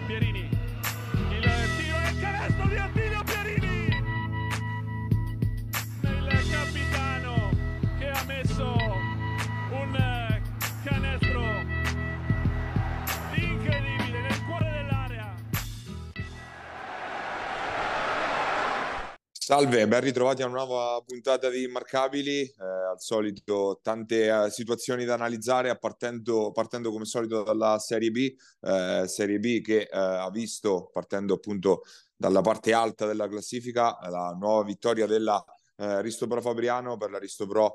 Pierini, il tiro e il canestro di Attilio Pierini, il capitano che ha messo un canestro incredibile nel cuore dell'area. Salve, ben ritrovati a una nuova puntata di Immarcabili. Al solito tante situazioni da analizzare, partendo come solito dalla Serie B che ha visto, partendo appunto dalla parte alta della classifica, la nuova vittoria della Ristopro Fabriano. Per la Ristopro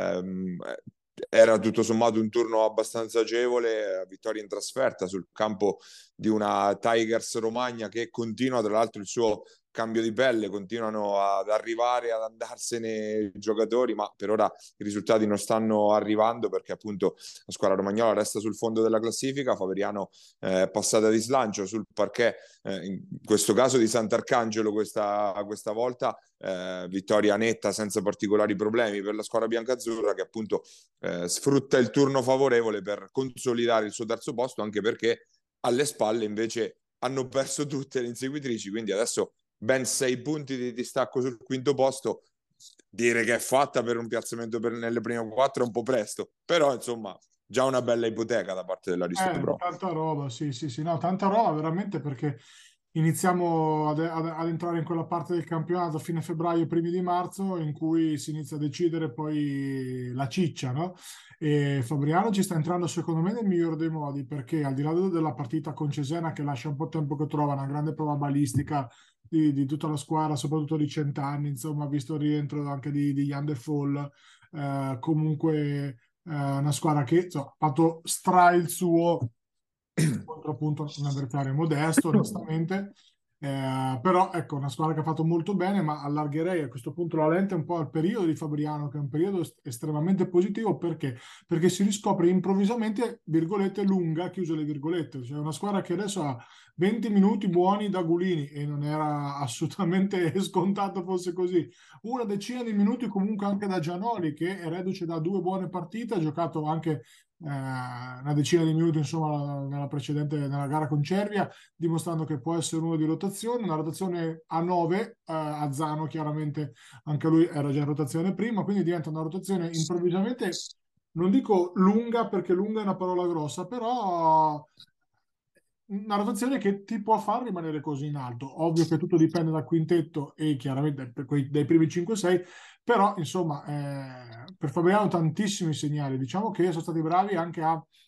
era tutto sommato un turno abbastanza agevole, vittoria in trasferta sul campo di una Tigers Romagna che continua, tra l'altro, il suo cambio di pelle, continuano ad arrivare, ad andarsene i giocatori, ma per ora i risultati non stanno arrivando perché appunto la squadra romagnola resta sul fondo della classifica. Faveriano passata di slancio sul parquet, in questo caso di Sant'Arcangelo questa volta, vittoria netta senza particolari problemi per la squadra biancazzurra, che appunto sfrutta il turno favorevole per consolidare il suo terzo posto, anche perché alle spalle invece hanno perso tutte le inseguitrici, quindi adesso ben 6 punti di distacco sul quinto posto. Dire che è fatta per un piazzamento nelle prime 4 è un po' presto, però insomma già una bella ipoteca da parte dell'Aristopro. Tanta roba, sì, sì, sì, no, tanta roba veramente, perché iniziamo ad entrare in quella parte del campionato fine febbraio, primi di marzo, in cui si inizia a decidere poi la ciccia, no? E Fabriano ci sta entrando secondo me nel migliore dei modi, perché al di là della partita con Cesena, che lascia un po' tempo che trova, una grande prova balistica di tutta la squadra, soprattutto di 100 anni, insomma, visto il rientro anche di Jan de Fall, comunque una squadra che insomma, ha fatto il suo contro appunto un avversario modesto, onestamente. Però ecco, una squadra che ha fatto molto bene, ma allargherei a questo punto la lente un po' al periodo di Fabriano, che è un periodo estremamente positivo. Perché si riscopre improvvisamente, virgolette, lunga, chiuse le virgolette, cioè una squadra che adesso ha 20 minuti buoni da Gulini, e non era assolutamente scontato fosse così, una decina di minuti comunque anche da Gianoli, che è reduce da 2 buone partite, ha giocato anche una decina di minuti insomma nella gara con Cervia, dimostrando che può essere uno di rotazione, una rotazione a 9, a Zano chiaramente anche lui era già in rotazione prima, quindi diventa una rotazione improvvisamente, non dico lunga perché lunga è una parola grossa, però una rotazione che ti può far rimanere così in alto. Ovvio che tutto dipende dal quintetto e chiaramente dai primi 5-6, però insomma per Fabriano tantissimi segnali. Diciamo che sono stati bravi anche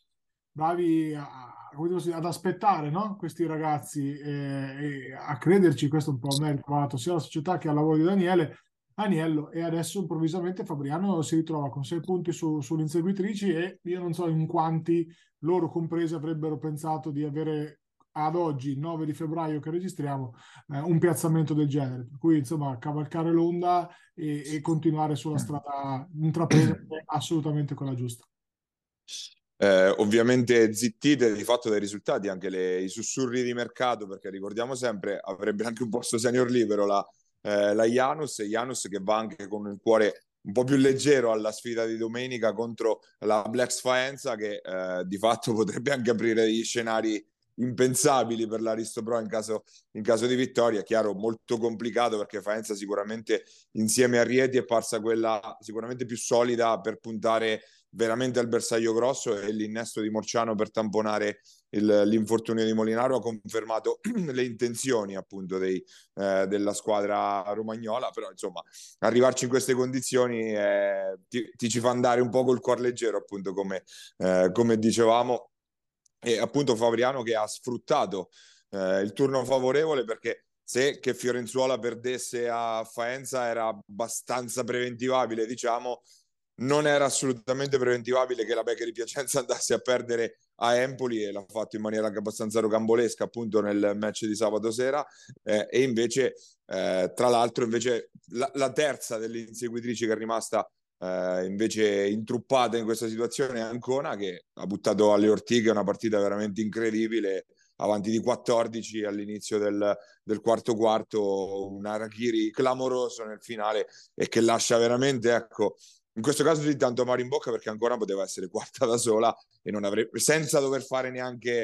come devo dire, ad aspettare, no? Questi ragazzi, e a crederci. Questo è un po' merito trovato sia la società che al lavoro di Aniello, e adesso improvvisamente Fabriano si ritrova con 6 punti sulle inseguitrici, e io non so in quanti, loro compresi, avrebbero pensato di avere ad oggi, 9 di febbraio che registriamo, un piazzamento del genere. Per cui insomma cavalcare l'onda e continuare sulla strada intrapresa è assolutamente quella giusta. Ovviamente zittite di fatto dai risultati anche i sussurri di mercato, perché ricordiamo sempre avrebbe anche un posto senior libero la Janus che va anche con il cuore un po' più leggero alla sfida di domenica contro la Blacks Faenza, che di fatto potrebbe anche aprire degli scenari impensabili per l'Aristopro in caso di vittoria. È chiaro, molto complicato, perché Faenza sicuramente insieme a Rieti è parsa quella sicuramente più solida per puntare veramente al bersaglio grosso, e l'innesto di Morciano per tamponare l'infortunio di Molinaro ha confermato le intenzioni appunto della squadra romagnola. Però insomma arrivarci in queste condizioni ti ci fa andare un po' col cuor leggero, appunto come dicevamo. E appunto Fabriano che ha sfruttato il turno favorevole, perché se che Fiorenzuola perdesse a Faenza era abbastanza preventivabile, diciamo. Non era assolutamente preventivabile che la Becca di Piacenza andasse a perdere a Empoli, e l'ha fatto in maniera anche abbastanza rocambolesca appunto nel match di sabato sera, e invece tra l'altro invece la terza delle inseguitrici che è rimasta invece intruppata in questa situazione è Ancona, che ha buttato alle ortiche una partita veramente incredibile, avanti di 14 all'inizio del quarto, un Harakiri clamoroso nel finale, e che lascia veramente, ecco, in questo caso di tanto amaro in bocca, perché ancora poteva essere quarta da sola e non avrebbe, senza dover fare neanche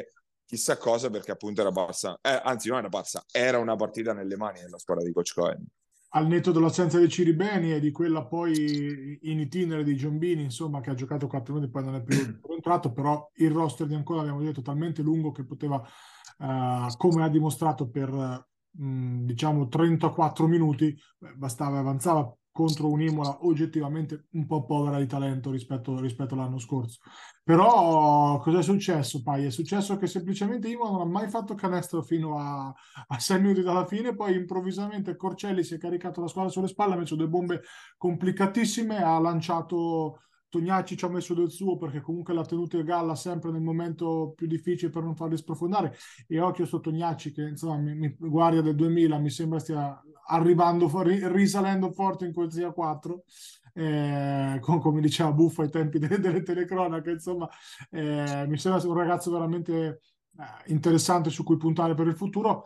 chissà cosa, perché appunto era parsa, anzi non era parsa, era una partita nelle mani della squadra di Coach Cohen. Al netto dell'assenza di Ciribeni e di quella poi in itinere di Giombini, insomma, che ha giocato 4 minuti e poi non è più entrato, però il roster di Ancona, abbiamo detto, talmente lungo che poteva, come ha dimostrato per diciamo 34 minuti, avanzava contro un'Imola oggettivamente un po' povera di talento rispetto all'anno scorso. Però cosa è successo, Pai? È successo che semplicemente Imola non ha mai fatto canestro fino a 6 minuti dalla fine, poi improvvisamente Corcelli si è caricato la squadra sulle spalle, ha messo due bombe complicatissime, ha lanciato Tognacci, ci ha messo del suo perché comunque l'ha tenuto in galla sempre nel momento più difficile per non farli sprofondare, e occhio su Tognacci che insomma guardia del 2000, mi sembra stia arrivando, risalendo forte in corsia 4, come diceva Buffa ai tempi delle telecronache, insomma, mi sembra un ragazzo veramente interessante su cui puntare per il futuro.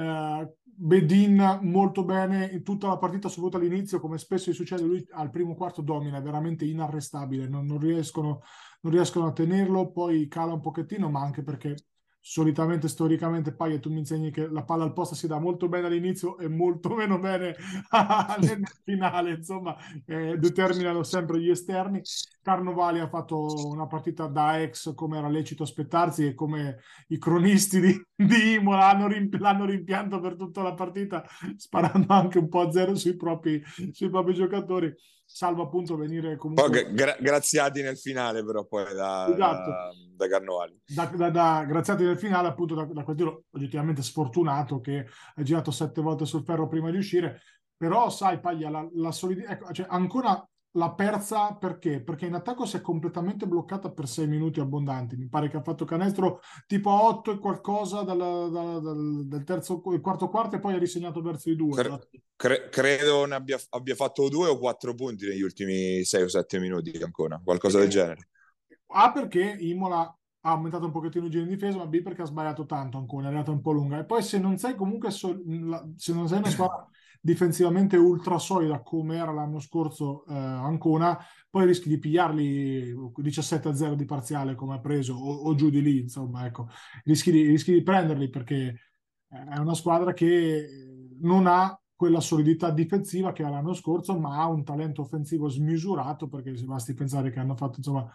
Bedin molto bene in tutta la partita, soprattutto all'inizio, come spesso gli succede, lui al primo quarto domina, è veramente inarrestabile, non riescono a tenerlo, poi cala un pochettino, ma anche perché solitamente, storicamente, Paia, tu mi insegni che la palla al posto si dà molto bene all'inizio e molto meno bene nel finale, insomma, determinano sempre gli esterni. Carnovali ha fatto una partita da ex, come era lecito aspettarsi e come i cronisti di Imola l'hanno rimpianto per tutta la partita, sparando anche un po' a zero sui propri giocatori, salvo appunto venire comunque... Poi graziati nel finale però poi Esatto. da Carnovali. Graziati nel finale, appunto, da quel tiro oggettivamente sfortunato che ha girato 7 volte sul ferro prima di uscire. Però, sai, Paglia, la solidità, ecco, cioè, ancora l'ha persa perché? Perché in attacco si è completamente bloccata per 6 minuti abbondanti. Mi pare che ha fatto canestro tipo a 8 e qualcosa dal terzo, il quarto quarto, e poi ha risegnato verso i 2. Credo ne abbia fatto 2 o 4 punti negli ultimi 6 o 7 minuti ancora, qualcosa del genere. A, perché Imola ha aumentato un pochettino il giro in difesa, ma B perché ha sbagliato tanto ancora, è arrivata un po' lunga. E poi se non sei comunque se non sei una squadra difensivamente ultra solida come era l'anno scorso Ancona, poi rischi di pigliarli 17-0 di parziale come ha preso o giù di lì, insomma, ecco, rischi di prenderli perché è una squadra che non ha quella solidità difensiva che ha l'anno scorso, ma ha un talento offensivo smisurato, perché se basti pensare che hanno fatto insomma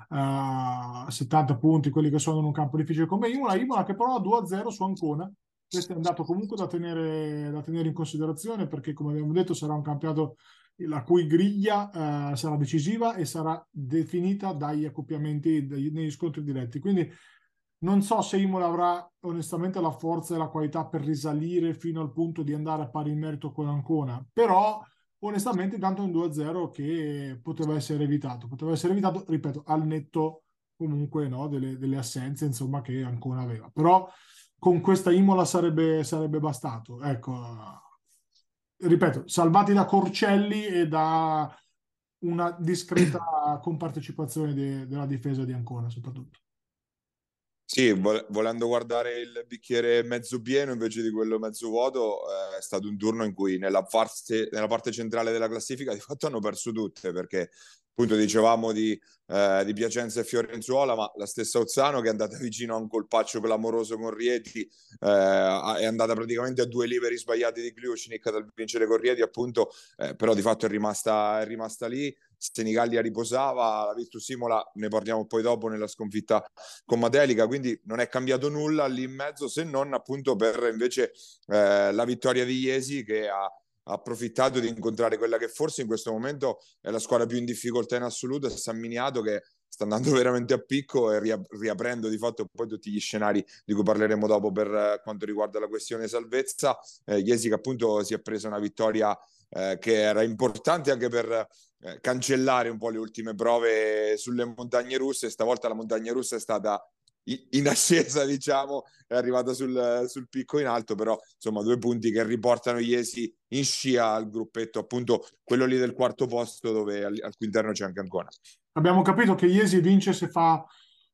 70 punti, quelli che sono in un campo difficile come Imola che però ha 2-0 su Ancona. Questo è un dato comunque da tenere in considerazione, perché come abbiamo detto sarà un campionato la cui griglia sarà decisiva e sarà definita dagli accoppiamenti, negli scontri diretti. Quindi non so se Imola avrà onestamente la forza e la qualità per risalire fino al punto di andare a pari merito con Ancona, però onestamente intanto è un 2-0 che poteva essere evitato, ripeto, al netto comunque, no, delle assenze insomma che Ancona aveva, però con questa Imola sarebbe bastato, ecco, ripeto, salvati da Corcelli e da una discreta compartecipazione della difesa di Ancona soprattutto. Sì, volendo guardare il bicchiere mezzo pieno invece di quello mezzo vuoto, è stato un turno in cui nella parte centrale della classifica di fatto hanno perso tutte, perché appunto dicevamo di Piacenza e Fiorenzuola, ma la stessa Ozzano, che è andata vicino a un colpaccio clamoroso con Rieti, è andata praticamente a 2 liberi sbagliati di Kliušnik dal vincere con Rieti, appunto, però di fatto è rimasta lì. Senigallia riposava, la Virtus Imola ne parliamo poi dopo nella sconfitta con Matelica, quindi non è cambiato nulla lì in mezzo, se non appunto per invece la vittoria di Iesi, che ha approfittato di incontrare quella che forse in questo momento è la squadra più in difficoltà in assoluto, San Miniato, che sta andando veramente a picco e riaprendo di fatto poi tutti gli scenari di cui parleremo dopo per quanto riguarda la questione salvezza. Iesi che appunto si è presa una vittoria che era importante anche per cancellare un po' le ultime prove sulle montagne russe. Stavolta la montagna russa è stata in ascesa, diciamo, è arrivata sul picco in alto, però insomma 2 punti che riportano Iesi in scia al gruppetto, appunto quello lì del quarto posto, dove al cui interno c'è anche Ancona. Abbiamo capito che Iesi vince se fa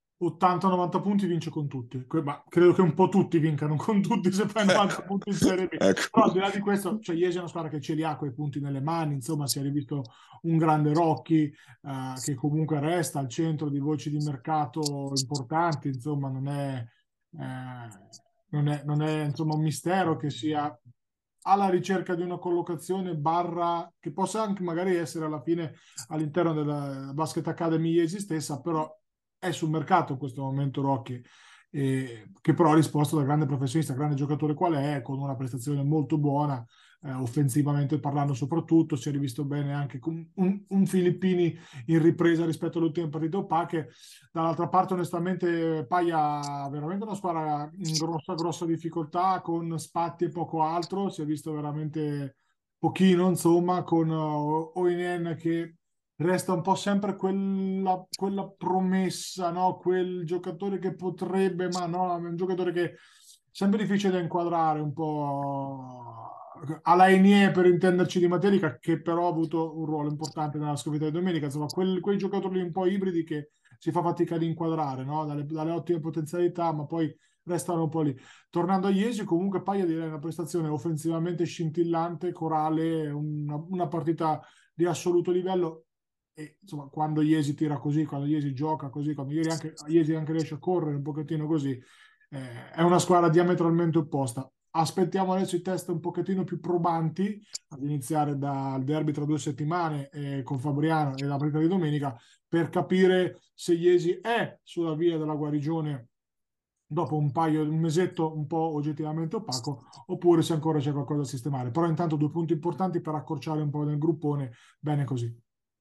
80-90 punti, vince con tutti. Ma credo che un po' tutti vincano con tutti se fai 90 punti in Serie B. Ecco. Però al di là di questo, cioè Iesi è una squadra che ce li ha quei punti nelle mani, insomma si è rivisto un grande Rocchi che comunque resta al centro di voci di mercato importanti, insomma non è non è insomma un mistero che sia alla ricerca di una collocazione barra che possa anche magari essere alla fine all'interno della Basket Academy Iesi stessa, però è sul mercato in questo momento Rocchi, che però ha risposto da grande professionista, grande giocatore qual è, con una prestazione molto buona, offensivamente parlando soprattutto, si è rivisto bene anche con un Filippini in ripresa rispetto all'ultima partita opache. Dall'altra parte onestamente Paia ha veramente una squadra in grossa difficoltà, con Spatti e poco altro, si è visto veramente pochino insomma, con Oinen che resta un po' sempre quella promessa, no? Quel giocatore che potrebbe, ma no, è un giocatore che è sempre difficile da inquadrare, un po' alla Enie per intenderci di Matelica, che però ha avuto un ruolo importante nella sconfitta di domenica, insomma, quei giocatori un po' ibridi che si fa fatica ad inquadrare, no? Dalle ottime potenzialità, ma poi restano un po' lì. Tornando a Iesi, comunque Paia direi una prestazione offensivamente scintillante, corale, una partita di assoluto livello. E insomma, quando Iesi tira così, quando Iesi gioca così, quando Iesi anche riesce a correre un pochettino così, è una squadra diametralmente opposta. Aspettiamo adesso i test un pochettino più probanti, ad iniziare dal derby tra 2 settimane con Fabriano e la partita di domenica, per capire se Iesi è sulla via della guarigione dopo un mesetto un po' oggettivamente opaco, oppure se ancora c'è qualcosa da sistemare. Però intanto 2 punti importanti per accorciare un po' nel gruppone, bene così.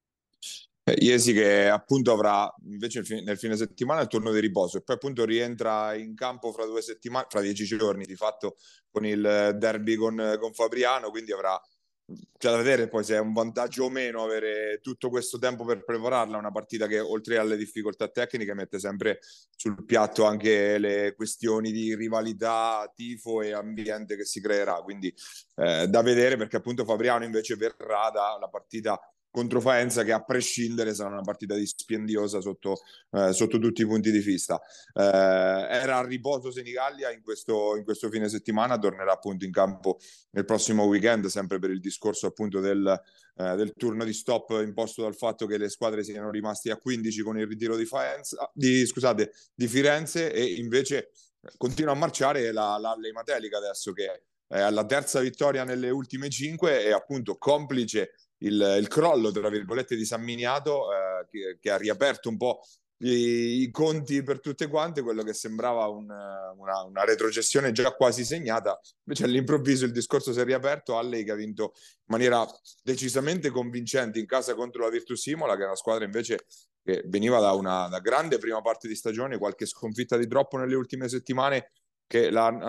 Iesi che appunto avrà invece nel fine settimana il turno di riposo e poi appunto rientra in campo fra 2 settimane, fra 10 giorni di fatto, con il derby con Fabriano, quindi avrà, c'è da vedere poi se è un vantaggio o meno avere tutto questo tempo per prepararla, una partita che oltre alle difficoltà tecniche mette sempre sul piatto anche le questioni di rivalità, tifo e ambiente che si creerà, quindi da vedere, perché appunto Fabriano invece verrà dalla partita contro Faenza, che a prescindere sarà una partita dispendiosa sotto tutti i punti di vista. Era a riposo Senigallia in questo fine settimana, tornerà appunto in campo nel prossimo weekend, sempre per il discorso appunto del turno di stop imposto dal fatto che le squadre siano rimaste a 15 con il ritiro di Firenze, e invece continua a marciare l'Alley Matelica adesso, che è alla terza vittoria nelle ultime 5 e appunto complice il crollo, tra virgolette, di San Miniato, che ha riaperto un po' i conti per tutte quante, quello che sembrava una retrocessione già quasi segnata. Invece all'improvviso il discorso si è riaperto. Alley che ha vinto in maniera decisamente convincente in casa contro la Virtus Imola, che è una squadra invece che veniva da una grande prima parte di stagione, qualche sconfitta di troppo nelle ultime settimane, che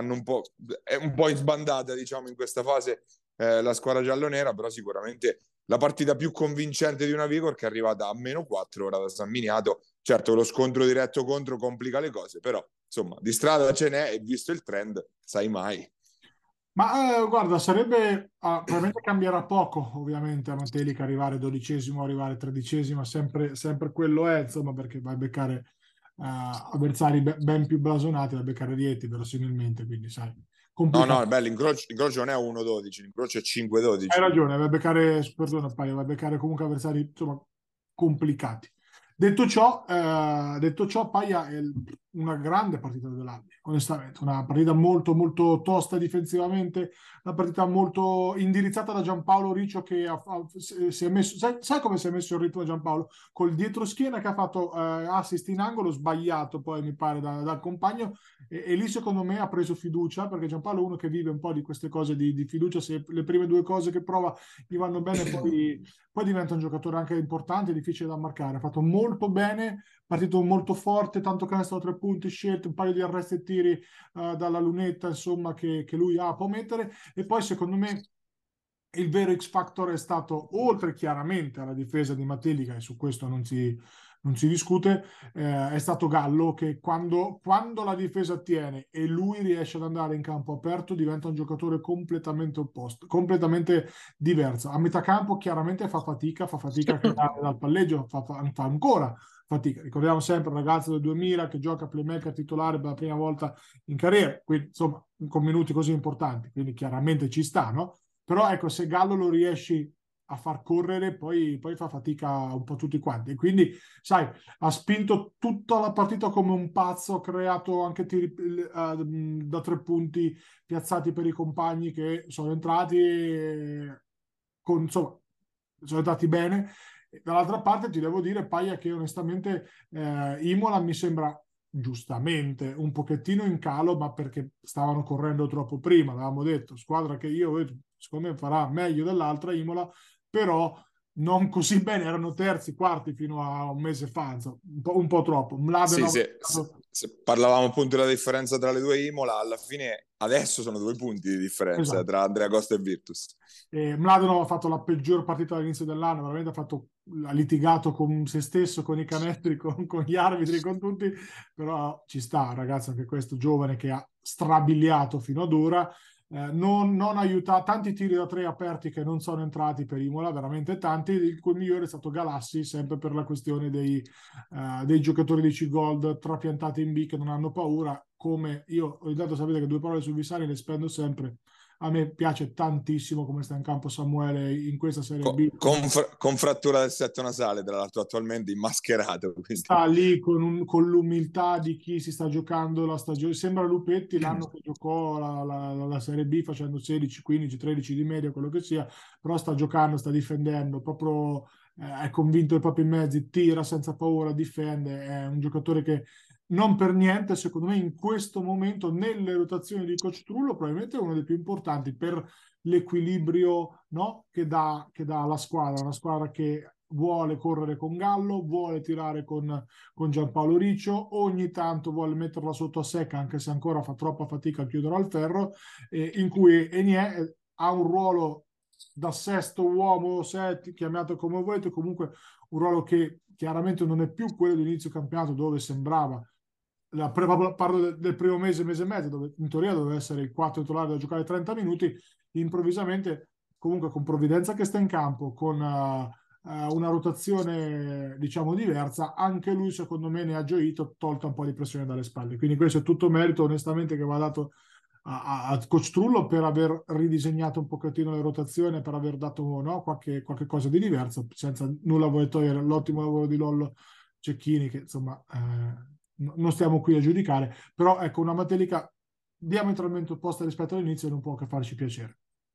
è un po' in sbandata, diciamo, in questa fase la squadra giallonera, però sicuramente la partita più convincente di una Vigor, che è arrivata a -4 ora da San Miniato. Certo, lo scontro diretto contro complica le cose, però insomma di strada ce n'è, e visto il trend sai mai. Ma guarda, sarebbe probabilmente cambierà poco ovviamente a Matelica arrivare 12°, arrivare 13°, sempre quello è, insomma, perché vai a beccare avversari ben più blasonati, vai a beccare Rieti verosimilmente, quindi sai, complicato. No, l'incrocio non è 1-12, l'incrocio è 5-12. Hai ragione, vai a beccare, perdona, vai a beccare comunque avversari insomma complicati. Detto ciò, Paia è una grande partita dell'Albi, onestamente, una partita molto molto tosta difensivamente, una partita molto indirizzata da Giampaolo Riccio, che si è messo, sai come si è messo il ritmo Giampaolo? Col dietro-schiena, che ha fatto assist in angolo, sbagliato poi mi pare dal compagno, e lì secondo me ha preso fiducia, perché Giampaolo è uno che vive un po' di queste cose di fiducia. Se le prime 2 cose che prova gli vanno bene, poi diventa un giocatore anche importante, difficile da marcare. Ha fatto molto bene, partito molto forte, tanto canestro a 3 punti scelto, un paio di arresti e tiri dalla lunetta, insomma, che lui può mettere. E poi secondo me il vero X Factor è stato, oltre chiaramente alla difesa di Matelica, e su questo non si discute, è stato Gallo, che quando la difesa tiene e lui riesce ad andare in campo aperto, diventa un giocatore completamente opposto, completamente diverso. A metà campo chiaramente fa fatica anche dal palleggio, fa ancora fatica. Ricordiamo sempre il ragazzo del 2000 che gioca playmaker titolare per la prima volta in carriera, quindi insomma con minuti così importanti, quindi chiaramente ci sta, no? Però ecco, se Gallo lo riesci a far correre, poi fa fatica un po' tutti quanti. E quindi, sai, ha spinto tutta la partita come un pazzo, ha creato anche tiri da 3 punti piazzati per i compagni che sono entrati, insomma, sono entrati bene. Dall'altra parte ti devo dire, Paia, che onestamente Imola mi sembra giustamente un pochettino in calo, ma perché stavano correndo troppo prima, l'avevamo detto, squadra che secondo me farà meglio dell'altra Imola, però non così bene, erano terzi, quarti fino a un mese fa, insomma, un po' troppo. Sì, Mladenov se parlavamo appunto della differenza tra le due Imola, alla fine adesso sono 2 punti di differenza esatto. tra Andrea Costa e Virtus. Mladenov ha fatto la peggior partita all'inizio dell'anno, veramente ha litigato con se stesso, con i canestri, con gli arbitri, con tutti, però ci sta, ragazzi, anche questo giovane che ha strabiliato fino ad ora, non aiuta, tanti tiri da 3 aperti che non sono entrati per Imola, veramente tanti, il cui migliore è stato Galassi, sempre per la questione dei giocatori di C-Gold trapiantati in B che non hanno paura, come io ho dato, sapete che 2 parole su Vissani le spendo sempre. A me piace tantissimo come sta in campo Samuele in questa Serie B. Con frattura del setto nasale, tra l'altro attualmente immascherato. Quindi. Sta lì con l'umiltà di chi si sta giocando la stagione. Sembra Lupetti l'anno che giocò la Serie B facendo 16, 15, 13 di media, quello che sia, però sta giocando, sta difendendo, proprio è convinto dei propri mezzi, tira senza paura, difende. È un giocatore che non per niente, secondo me, in questo momento, nelle rotazioni di Coach Trullo, probabilmente è uno dei più importanti per l'equilibrio, no? che dà alla squadra, una squadra che vuole correre con Gallo, vuole tirare con Giampaolo Riccio, ogni tanto vuole metterla sotto a secca, anche se ancora fa troppa fatica a chiudere al ferro, in cui Enier ha un ruolo da sesto uomo, chiamato come volete, comunque un ruolo che chiaramente non è più quello di inizio campionato dove sembrava parlo del primo mese e mezzo, dove in teoria doveva essere il 4 titolare da giocare 30 minuti, improvvisamente, comunque con Provvidenza che sta in campo, con una rotazione diciamo diversa, anche lui secondo me ne ha gioito, tolta un po' di pressione dalle spalle. Quindi questo è tutto merito onestamente che va dato a Coach Trullo per aver ridisegnato un pochettino le rotazioni, per aver dato no, qualche cosa di diverso, senza nulla vuole togliere l'ottimo lavoro di Lollo Cecchini, che insomma non stiamo qui a giudicare, però ecco una Matelica diametralmente opposta rispetto all'inizio non può che farci piacere.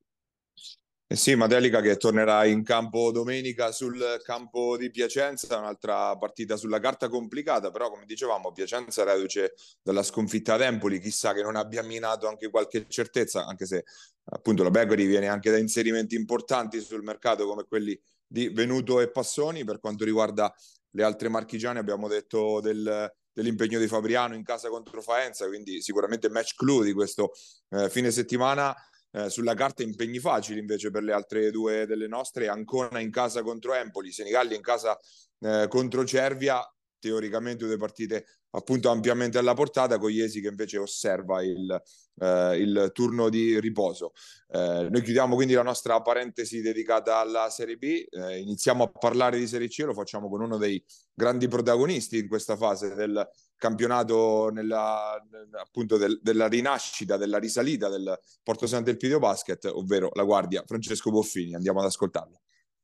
Eh sì, Matelica che tornerà in campo domenica sul campo di Piacenza, un'altra partita sulla carta complicata, però come dicevamo Piacenza reduce dalla sconfitta ad Empoli, chissà che non abbia minato anche qualche certezza, anche se appunto la Becori viene anche da inserimenti importanti sul mercato come quelli di Venuto e Passoni. Per quanto riguarda le altre marchigiane abbiamo detto dell'impegno di Fabriano in casa contro Faenza, quindi sicuramente match clou di questo fine settimana. Sulla carta impegni facili invece per le altre due delle nostre, Ancona in casa contro Empoli, Senigallia in casa contro Cervia, teoricamente 2 partite appunto ampiamente alla portata, con Iesi che invece osserva il turno di riposo. Noi chiudiamo quindi la nostra parentesi dedicata alla Serie B, iniziamo a parlare di Serie C, lo facciamo con uno dei grandi protagonisti in questa fase del campionato, appunto della rinascita, della risalita del Porto Sant'Elpidio Basket, ovvero la guardia Francesco Boffini. Andiamo ad ascoltarlo.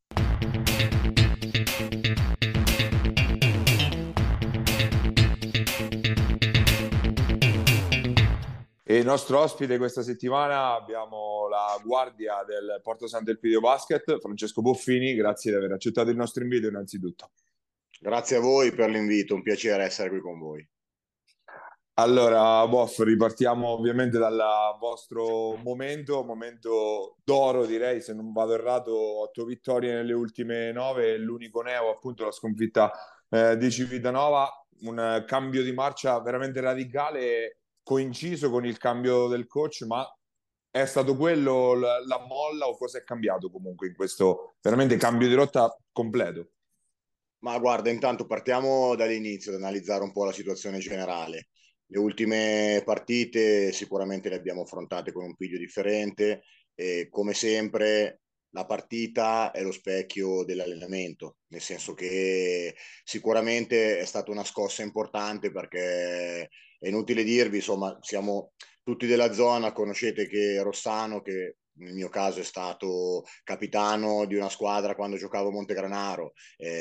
E il nostro ospite questa settimana abbiamo la guardia del Porto Sant'Elpidio Basket, Francesco Boffini. Grazie di aver accettato il nostro invito innanzitutto. Grazie a voi per l'invito, un piacere essere qui con voi. Allora, Boff, ripartiamo ovviamente dal vostro momento d'oro, direi, se non vado errato, 8 vittorie nelle ultime 9, l'unico neo appunto la sconfitta di Civitanova, un cambio di marcia veramente radicale, coinciso con il cambio del coach, ma è stato quello la molla o cosa è cambiato comunque in questo veramente cambio di rotta completo? Ma guarda, intanto partiamo dall'inizio, ad analizzare un po' la situazione generale. Le ultime partite sicuramente le abbiamo affrontate con un piglio differente e come sempre la partita è lo specchio dell'allenamento, nel senso che sicuramente è stata una scossa importante perché è inutile dirvi, insomma, siamo tutti della zona, conoscete che Rossano, che nel mio caso è stato capitano di una squadra quando giocavo a Montegranaro,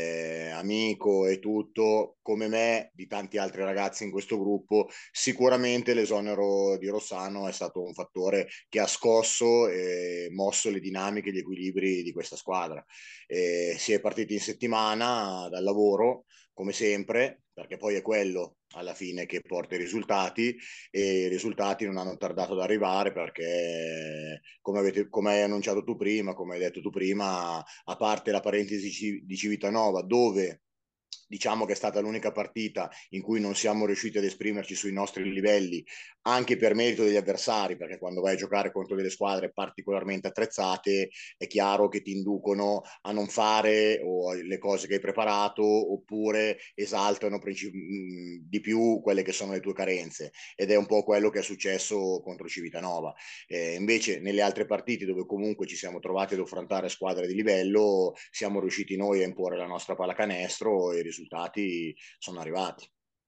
amico e tutto, come me, di tanti altri ragazzi in questo gruppo, sicuramente l'esonero di Rossano è stato un fattore che ha scosso e mosso le dinamiche, gli equilibri di questa squadra. Si è partiti in settimana dal lavoro, come sempre, perché poi è quello alla fine che porta i risultati, e i risultati non hanno tardato ad arrivare perché, come hai annunciato tu prima, come hai detto tu prima, a parte la parentesi di Civitanova, dove diciamo che è stata l'unica partita in cui non siamo riusciti ad esprimerci sui nostri livelli, anche per merito degli avversari, perché quando vai a giocare contro delle squadre particolarmente attrezzate è chiaro che ti inducono a non fare le cose che hai preparato, oppure esaltano di più quelle che sono le tue carenze, ed è un po' quello che è successo contro Civitanova. Invece nelle altre partite, dove comunque ci siamo trovati ad affrontare squadre di livello, siamo riusciti noi a imporre la nostra pallacanestro e i risultati sono arrivati.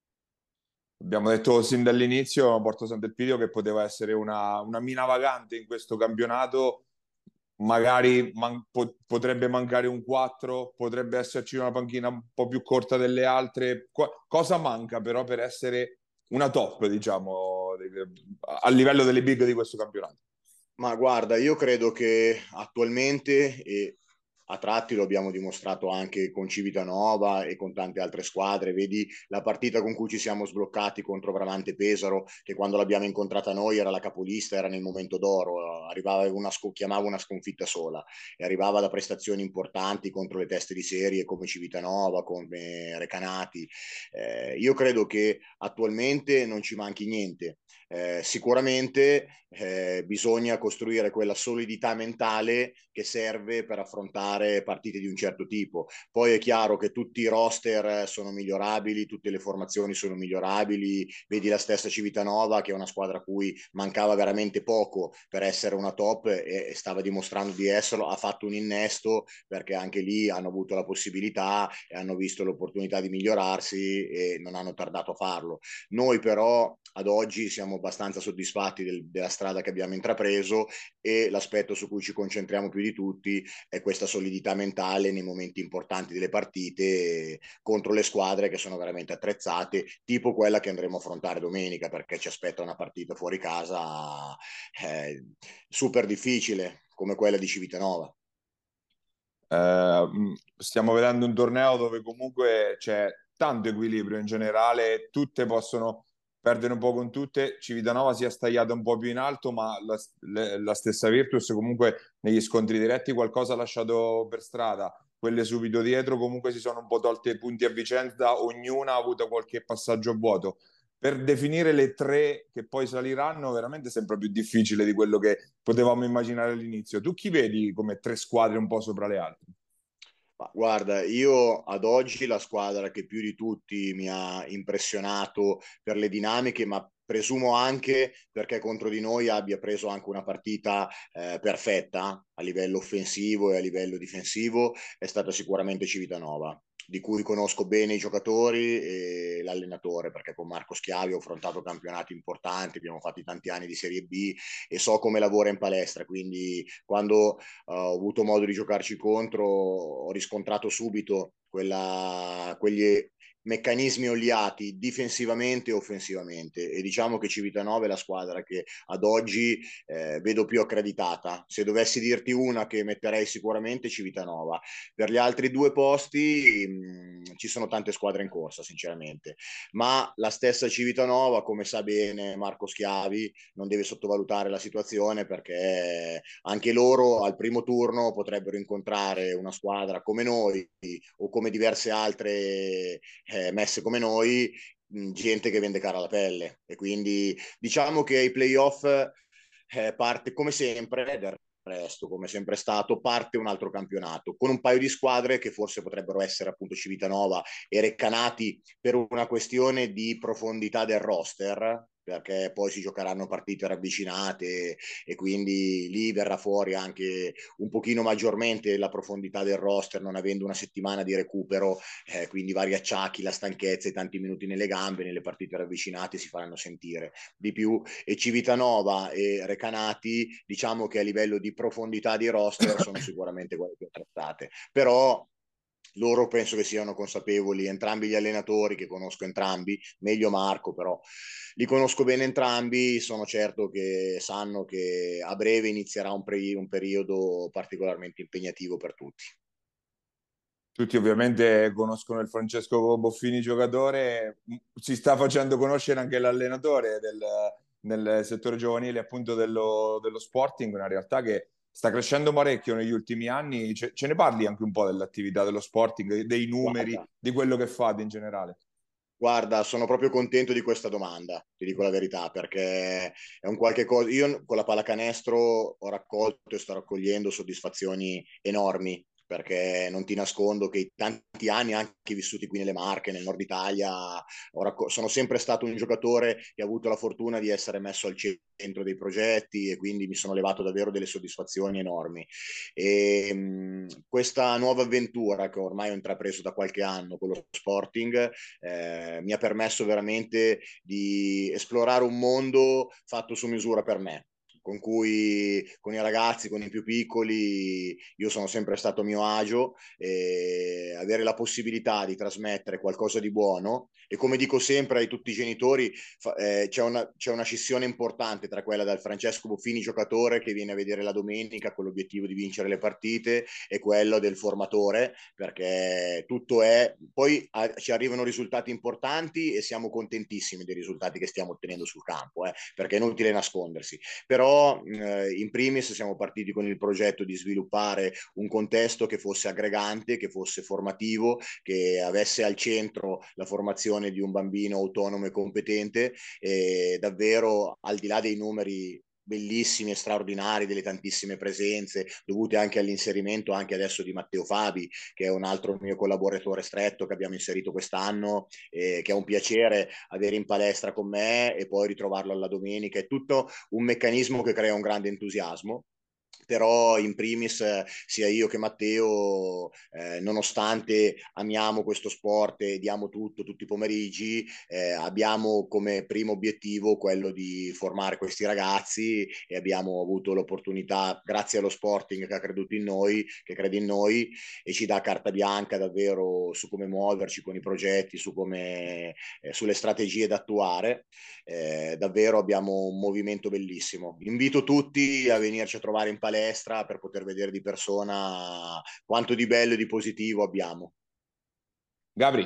Abbiamo detto sin dall'inizio, a Porto Sant'Elpidio, che poteva essere una mina vagante in questo campionato. Magari potrebbe mancare un 4, potrebbe esserci una panchina un po' più corta delle altre. Cosa manca però per essere una top, diciamo, a livello delle big di questo campionato? Ma guarda, io credo che attualmente, e a tratti lo abbiamo dimostrato anche con Civitanova e con tante altre squadre, vedi la partita con cui ci siamo sbloccati contro Bramante Pesaro, che quando l'abbiamo incontrata noi era la capolista, era nel momento d'oro, chiamava una sconfitta sola, e arrivava da prestazioni importanti contro le teste di serie come Civitanova, come Recanati. Io credo che attualmente non ci manchi niente. Sicuramente bisogna costruire quella solidità mentale che serve per affrontare partite di un certo tipo. Poi è chiaro che tutti i roster sono migliorabili, tutte le formazioni sono migliorabili, vedi la stessa Civitanova, che è una squadra a cui mancava veramente poco per essere una top, e stava dimostrando di esserlo, ha fatto un innesto perché anche lì hanno avuto la possibilità e hanno visto l'opportunità di migliorarsi e non hanno tardato a farlo. Noi però ad oggi siamo abbastanza soddisfatti della strada che abbiamo intrapreso, e l'aspetto su cui ci concentriamo più di tutti è questa solidità mentale nei momenti importanti delle partite contro le squadre che sono veramente attrezzate, tipo quella che andremo a affrontare domenica, perché ci aspetta una partita fuori casa super difficile come quella di Civitanova. Stiamo vedendo un torneo dove comunque c'è tanto equilibrio in generale, tutte possono perdere un po' con tutte. Civitanova si è stagliata un po' più in alto, ma la stessa Virtus comunque negli scontri diretti qualcosa ha lasciato per strada. Quelle subito dietro comunque si sono un po' tolte punti a vicenda, ognuna ha avuto qualche passaggio vuoto. Per definire le tre che poi saliranno veramente sembra più difficile di quello che potevamo immaginare all'inizio. Tu chi vedi come tre squadre un po' sopra le altre? Ma guarda, io ad oggi la squadra che più di tutti mi ha impressionato per le dinamiche, ma presumo anche perché contro di noi abbia preso anche una partita perfetta a livello offensivo e a livello difensivo, è stata sicuramente Civitanova, di cui conosco bene i giocatori e l'allenatore, perché con Marco Schiavi ho affrontato campionati importanti, abbiamo fatto tanti anni di Serie B e so come lavora in palestra, quindi quando ho avuto modo di giocarci contro, ho riscontrato subito quegli meccanismi oliati difensivamente e offensivamente, e diciamo che Civitanova è la squadra che ad oggi vedo più accreditata. Se dovessi dirti una che metterei sicuramente Civitanova, per gli altri due posti ci sono tante squadre in corsa sinceramente, ma la stessa Civitanova, come sa bene Marco Schiavi, non deve sottovalutare la situazione, perché anche loro al primo turno potrebbero incontrare una squadra come noi o come diverse altre messe come noi, gente che vende cara la pelle, e quindi diciamo che i playoff parte come sempre, del resto come sempre stato, parte un altro campionato con un paio di squadre che forse potrebbero essere appunto Civitanova e Recanati per una questione di profondità del roster, perché poi si giocheranno partite ravvicinate e quindi lì verrà fuori anche un pochino maggiormente la profondità del roster, non avendo una settimana di recupero, quindi vari acciacchi, la stanchezza e tanti minuti nelle gambe nelle partite ravvicinate si faranno sentire di più. E Civitanova e Recanati, diciamo che a livello di profondità di roster sono sicuramente quelle più attrattate, però loro penso che siano consapevoli, entrambi gli allenatori, che conosco entrambi, meglio Marco, però li conosco bene entrambi, sono certo che sanno che a breve inizierà un periodo particolarmente impegnativo per tutti. Tutti ovviamente conoscono il Francesco Boffini giocatore, si sta facendo conoscere anche l'allenatore nel settore giovanile appunto dello Sporting, una realtà che sta crescendo parecchio negli ultimi anni. Ce ne parli anche un po' dell'attività dello Sporting, dei numeri, Guarda, di quello che fate in generale? Guarda, sono proprio contento di questa domanda, ti dico la verità, perché è un qualche cosa. Io con la pallacanestro ho raccolto e sto raccogliendo soddisfazioni enormi, perché non ti nascondo che i tanti anni anche vissuti qui nelle Marche, nel nord Italia, sono sempre stato un giocatore che ha avuto la fortuna di essere messo al centro dei progetti e quindi mi sono levato davvero delle soddisfazioni enormi. E questa nuova avventura che ormai ho intrapreso da qualche anno con lo Sporting mi ha permesso veramente di esplorare un mondo fatto su misura per me, con cui con i ragazzi, con i più piccoli, io sono sempre stato a mio agio, e avere la possibilità di trasmettere qualcosa di buono. E come dico sempre ai tutti i genitori, c'è una scissione importante tra quella del Francesco Boffini giocatore che viene a vedere la domenica con l'obiettivo di vincere le partite e quello del formatore, perché tutto è, poi ci arrivano risultati importanti e siamo contentissimi dei risultati che stiamo ottenendo sul campo, perché è inutile nascondersi, però in primis siamo partiti con il progetto di sviluppare un contesto che fosse aggregante, che fosse formativo, che avesse al centro la formazione di un bambino autonomo e competente, e davvero al di là dei numeri bellissimi e straordinari, delle tantissime presenze dovute anche all'inserimento anche adesso di Matteo Fabi, che è un altro mio collaboratore stretto che abbiamo inserito quest'anno, che è un piacere avere in palestra con me e poi ritrovarlo alla domenica. È tutto un meccanismo che crea un grande entusiasmo. Però in primis sia io che Matteo, nonostante amiamo questo sport e diamo tutto tutti i pomeriggi, abbiamo come primo obiettivo quello di formare questi ragazzi, e abbiamo avuto l'opportunità, grazie allo Sporting che ha creduto in noi, che crede in noi e ci dà carta bianca davvero su come muoverci con i progetti, sulle strategie da attuare. Davvero abbiamo un movimento bellissimo. Invito tutti a venirci a trovare in palestra per poter vedere di persona quanto di bello e di positivo abbiamo. Gabri,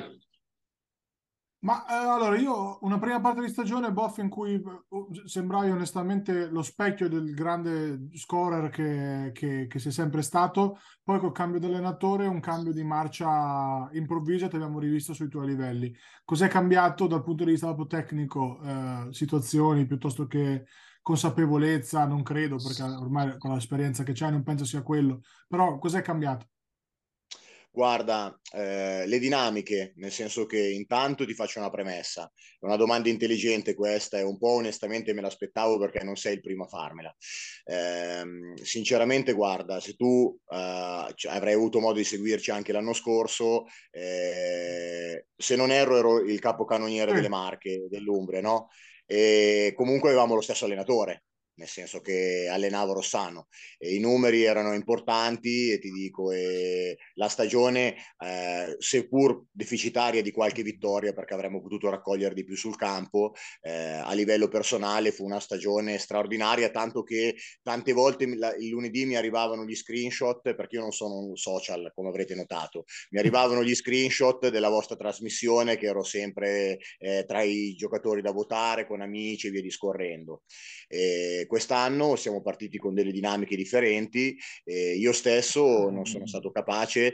Ma allora io una prima parte di stagione boff in cui sembrai onestamente lo specchio del grande scorer che sei sempre stato, poi col cambio di allenatore un cambio di marcia improvviso ti abbiamo rivisto sui tuoi livelli. Cos'è cambiato dal punto di vista proprio tecnico? Situazioni piuttosto che consapevolezza? Non credo, perché ormai con l'esperienza che c'hai non penso sia quello, però cos'è cambiato? Guarda, le dinamiche, nel senso che intanto ti faccio una premessa, è una domanda intelligente questa e un po' onestamente me l'aspettavo perché non sei il primo a farmela. Sinceramente, guarda, se tu avrai avuto modo di seguirci anche l'anno scorso, se non erro ero il capocannoniere Sì. delle Marche, dell'Umbria, no? E comunque avevamo lo stesso allenatore, nel senso che allenavo Rossano e i numeri erano importanti e ti dico, la stagione, seppur deficitaria di qualche vittoria perché avremmo potuto raccogliere di più sul campo, a livello personale fu una stagione straordinaria, tanto che tante volte il lunedì mi arrivavano gli screenshot, perché io non sono un social come avrete notato, mi arrivavano gli screenshot della vostra trasmissione che ero sempre tra i giocatori da votare con amici e via discorrendo. Quest'anno siamo partiti con delle dinamiche differenti. Io stesso non sono stato capace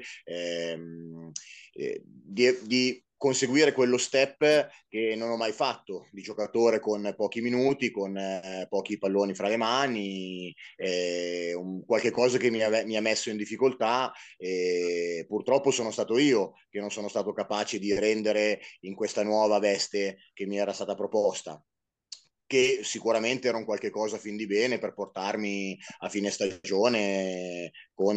di conseguire quello step che non ho mai fatto, di giocatore con pochi minuti, con pochi palloni fra le mani, qualche cosa che mi ha messo in difficoltà, e purtroppo sono stato io che non sono stato capace di rendere in questa nuova veste che mi era stata proposta. che sicuramente era un qualche cosa fin di bene per portarmi a fine stagione con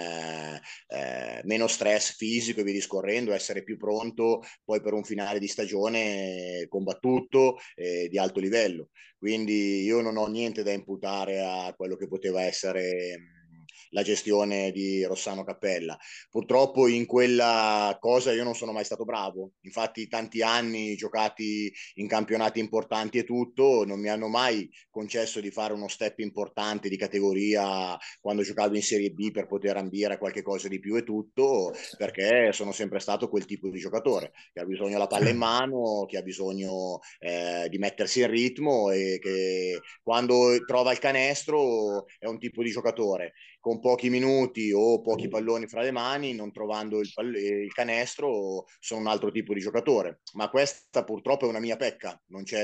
meno stress fisico e via discorrendo, essere più pronto poi per un finale di stagione combattuto di alto livello. Quindi io non ho niente da imputare a quello che poteva essere la gestione di Rossano Cappella. Purtroppo in quella cosa io non sono mai stato bravo, infatti tanti anni giocati in campionati importanti e tutto non mi hanno mai concesso di fare uno step importante di categoria quando giocavo in Serie B per poter ambire a qualche cosa di più e tutto, perché sono sempre stato quel tipo di giocatore che ha bisogno della palla in mano, che ha bisogno di mettersi in ritmo e che quando trova il canestro è un tipo di giocatore con pochi minuti o pochi palloni fra le mani, non trovando il canestro, sono un altro tipo di giocatore. Ma questa purtroppo è una mia pecca,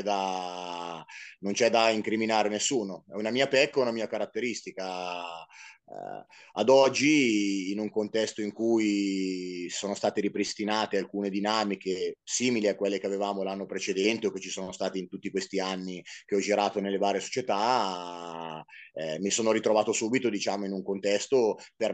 non c'è da incriminare nessuno. È una mia pecca, una mia caratteristica. Ad oggi, in un contesto in cui sono state ripristinate alcune dinamiche simili a quelle che avevamo l'anno precedente o che ci sono state in tutti questi anni che ho girato nelle varie società, mi sono ritrovato subito, diciamo, in un contesto per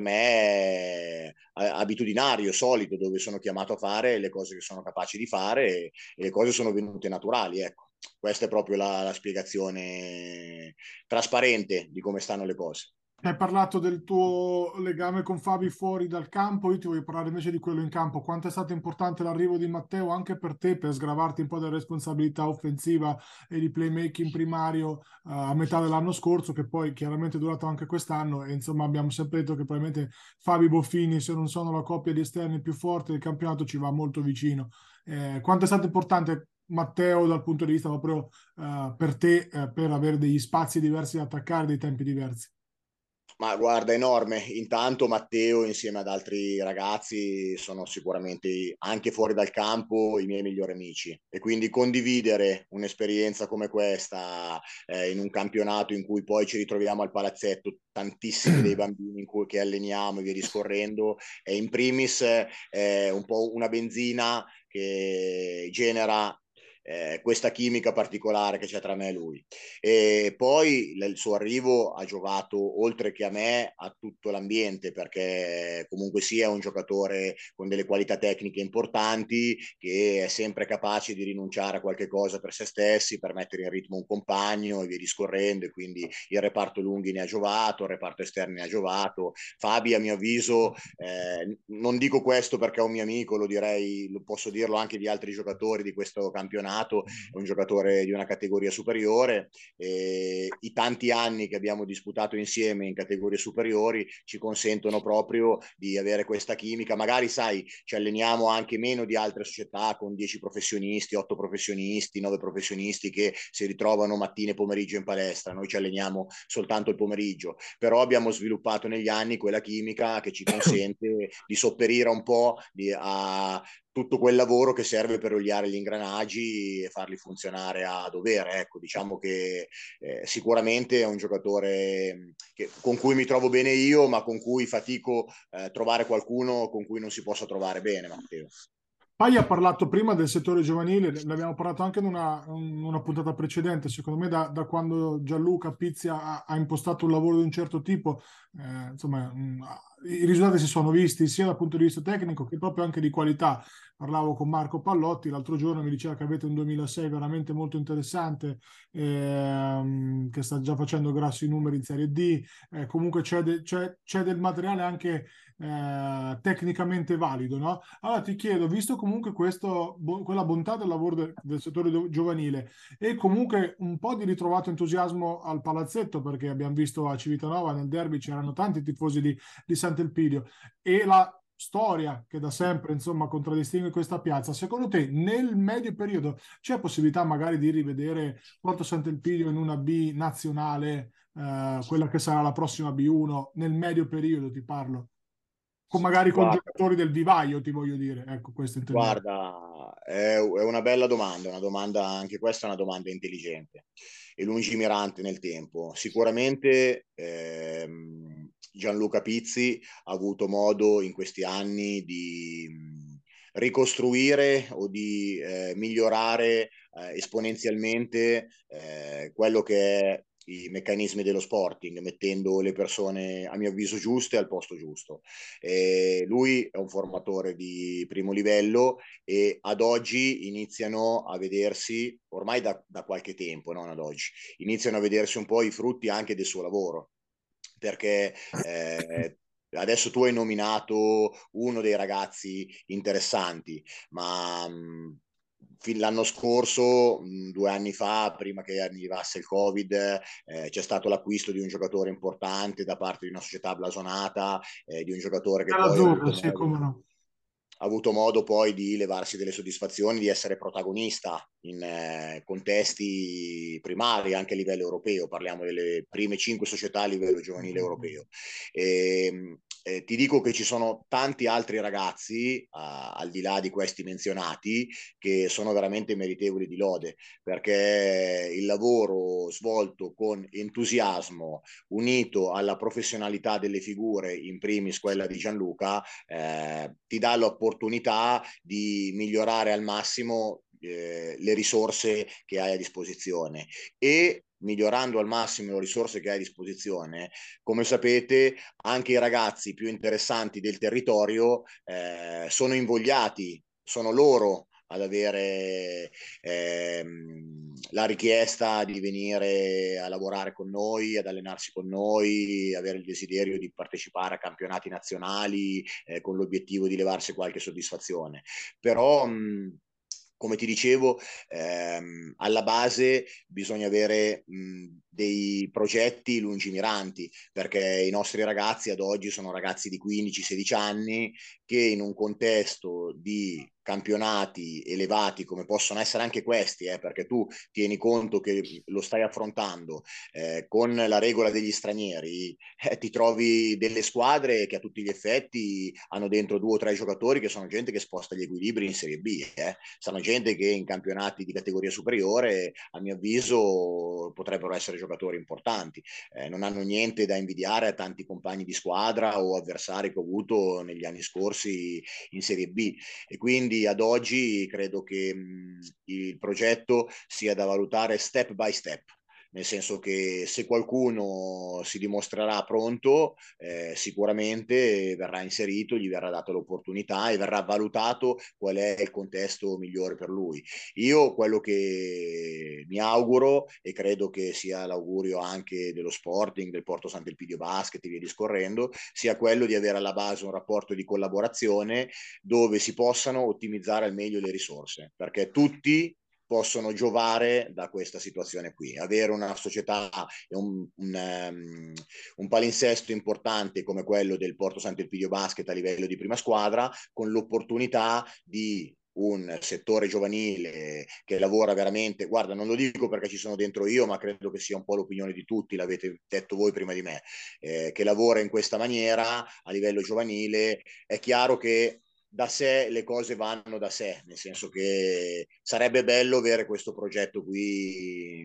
me abitudinario, solito, dove sono chiamato a fare le cose che sono capace di fare e le cose sono venute naturali, ecco. Questa è proprio la spiegazione trasparente di come stanno le cose. Hai parlato del tuo legame con Fabi fuori dal campo, io ti voglio parlare invece di quello in campo. Quanto è stato importante l'arrivo di Matteo anche per te, per sgravarti un po' della responsabilità offensiva e di playmaking primario a metà dell'anno scorso, che poi chiaramente è durato anche quest'anno, e insomma abbiamo sempre detto che probabilmente Fabi Boffini, se non sono la coppia di esterni più forte del campionato, ci va molto vicino. Quanto è stato importante Matteo dal punto di vista proprio per te, per avere degli spazi diversi da attaccare, dei tempi diversi? Ma guarda, enorme. Intanto Matteo insieme ad altri ragazzi sono sicuramente anche fuori dal campo i miei migliori amici e quindi condividere un'esperienza come questa in un campionato in cui poi ci ritroviamo al palazzetto tantissimi dei bambini che alleniamo e via discorrendo è in primis un po' una benzina che genera questa chimica particolare che c'è tra me e lui. E poi il suo arrivo ha giocato oltre che a me a tutto l'ambiente, perché comunque sia un giocatore con delle qualità tecniche importanti che è sempre capace di rinunciare a qualche cosa per se stessi, per mettere in ritmo un compagno e via discorrendo, e quindi il reparto lunghi ne ha giovato, il reparto esterni ne ha giovato. Fabi a mio avviso non dico questo perché è un mio amico, lo direi, lo posso dirlo anche di altri giocatori di questo campionato, è un giocatore di una categoria superiore. I tanti anni che abbiamo disputato insieme in categorie superiori ci consentono proprio di avere questa chimica. Magari, sai, ci alleniamo anche meno di altre società con 10 professionisti, 8 professionisti, 9 professionisti che si ritrovano mattina e pomeriggio in palestra. Noi ci alleniamo soltanto il pomeriggio, però abbiamo sviluppato negli anni quella chimica che ci consente di sopperire un po' a tutto quel lavoro che serve per oliare gli ingranaggi e farli funzionare a dovere. Ecco, diciamo che sicuramente è un giocatore con cui mi trovo bene io, ma con cui fatico trovare qualcuno con cui non si possa trovare bene, Matteo. Pai ha parlato prima del settore giovanile, ne abbiamo parlato anche in una puntata precedente. Secondo me, da quando Gianluca Pizzi ha impostato un lavoro di un certo tipo, insomma, i risultati si sono visti sia dal punto di vista tecnico che proprio anche di qualità. Parlavo con Marco Pallotti l'altro giorno, mi diceva che avete un 2006 veramente molto interessante, che sta già facendo grossi numeri in Serie D. Comunque c'è del materiale anche tecnicamente valido, no? Allora ti chiedo, visto comunque quella bontà del lavoro del settore giovanile e comunque un po' di ritrovato entusiasmo al palazzetto, perché abbiamo visto a Civitanova nel derby c'erano tanti tifosi di Sant'Elpidio, e la storia che da sempre insomma contraddistingue questa piazza, secondo te nel medio periodo c'è possibilità magari di rivedere Porto Sant'Elpidio in una B nazionale, quella che sarà la prossima B1 nel medio periodo, ti parlo? Magari con Guarda, giocatori del vivaio, ti voglio dire. Ecco, questo intendevo. Guarda, è una bella domanda, anche questa è una domanda intelligente e lungimirante nel tempo. Sicuramente Gianluca Pizzi ha avuto modo in questi anni ricostruire o di migliorare esponenzialmente quello che è i meccanismi dello Sporting, mettendo le persone a mio avviso giuste al posto giusto. Lui è un formatore di primo livello e ad oggi iniziano a vedersi, ormai da qualche tempo, non ad oggi, iniziano a vedersi un po' i frutti anche del suo lavoro, perché adesso tu hai nominato uno dei ragazzi interessanti, ma l'anno scorso, 2 anni fa, prima che arrivasse il Covid, c'è stato l'acquisto di un giocatore importante da parte di una società blasonata, di un giocatore che poi Nell'azzurro, sì, come no. ha avuto modo poi di levarsi delle soddisfazioni, di essere protagonista in contesti primari anche a livello europeo. Parliamo delle prime 5 società a livello giovanile europeo. Ti dico che ci sono tanti altri ragazzi, al di là di questi menzionati, che sono veramente meritevoli di lode, perché il lavoro svolto con entusiasmo, unito alla professionalità delle figure, in primis quella di Gianluca, ti dà l'opportunità di migliorare al massimo le risorse che hai a disposizione, e migliorando al massimo le risorse che hai a disposizione, come sapete, anche i ragazzi più interessanti del territorio sono invogliati, sono loro ad avere la richiesta di venire a lavorare con noi, ad allenarsi con noi, avere il desiderio di partecipare a campionati nazionali con l'obiettivo di levarsi qualche soddisfazione. Però come ti dicevo, alla base bisogna avere dei progetti lungimiranti, perché i nostri ragazzi ad oggi sono ragazzi di 15-16 anni che in un contesto di campionati elevati come possono essere anche questi, perché tu tieni conto che lo stai affrontando con la regola degli stranieri, ti trovi delle squadre che a tutti gli effetti hanno dentro 2 o 3 giocatori che sono gente che sposta gli equilibri in Serie B, sono gente che in campionati di categoria superiore a mio avviso potrebbero essere giocatori importanti, non hanno niente da invidiare a tanti compagni di squadra o avversari che ho avuto negli anni scorsi in Serie B, e quindi ad oggi credo che il progetto sia da valutare step by step, nel senso che se qualcuno si dimostrerà pronto, sicuramente verrà inserito, gli verrà data l'opportunità e verrà valutato qual è il contesto migliore per lui. Io quello che mi auguro, e credo che sia l'augurio anche dello Sporting, del Porto Sant'Elpidio Basket e via discorrendo, sia quello di avere alla base un rapporto di collaborazione dove si possano ottimizzare al meglio le risorse, perché tutti possono giovare da questa situazione qui. Avere una società e un palinsesto importante come quello del Porto Sant'Elpidio Basket a livello di prima squadra, con l'opportunità di un settore giovanile che lavora veramente, guarda, non lo dico perché ci sono dentro io, ma credo che sia un po' l'opinione di tutti, l'avete detto voi prima di me, che lavora in questa maniera a livello giovanile. È chiaro che da sé le cose vanno da sé, nel senso che sarebbe bello avere questo progetto qui,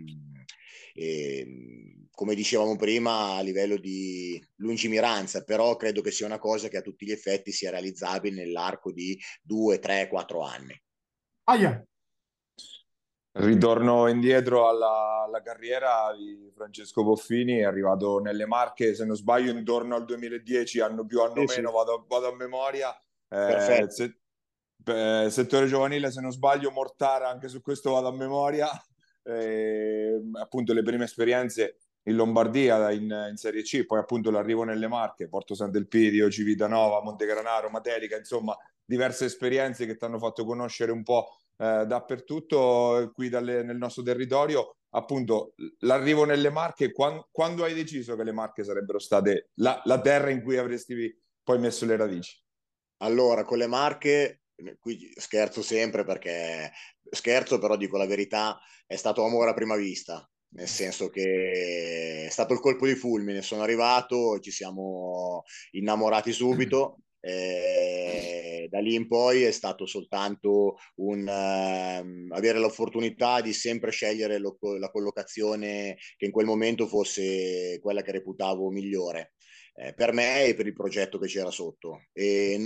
come dicevamo prima, a livello di lungimiranza, però credo che sia una cosa che a tutti gli effetti sia realizzabile nell'arco di 2, 3, 4 anni. Aia, Ritorno indietro alla carriera di Francesco Boffini, è arrivato nelle Marche, se non sbaglio, intorno al 2010, anno più, anno Sì, meno, sì, vado a memoria. perfetto. Settore giovanile, se non sbaglio, Mortara, anche su questo vado a memoria. Appunto le prime esperienze in Lombardia, in Serie C, poi appunto l'arrivo nelle Marche, Porto Sant'Elpidio, Civitanova, Montegranaro, Matelica, insomma diverse esperienze che ti hanno fatto conoscere un po' dappertutto qui nel nostro territorio. Appunto, l'arrivo nelle Marche, quando hai deciso che le Marche sarebbero state la terra in cui avresti poi messo le radici? Allora, con le Marche, qui scherzo sempre perché scherzo, però dico la verità, è stato amore a prima vista, nel senso che è stato il colpo di fulmine, sono arrivato, ci siamo innamorati subito. Da lì in poi è stato soltanto avere l'opportunità di sempre scegliere la collocazione che in quel momento fosse quella che reputavo migliore per me e per il progetto che c'era sotto, e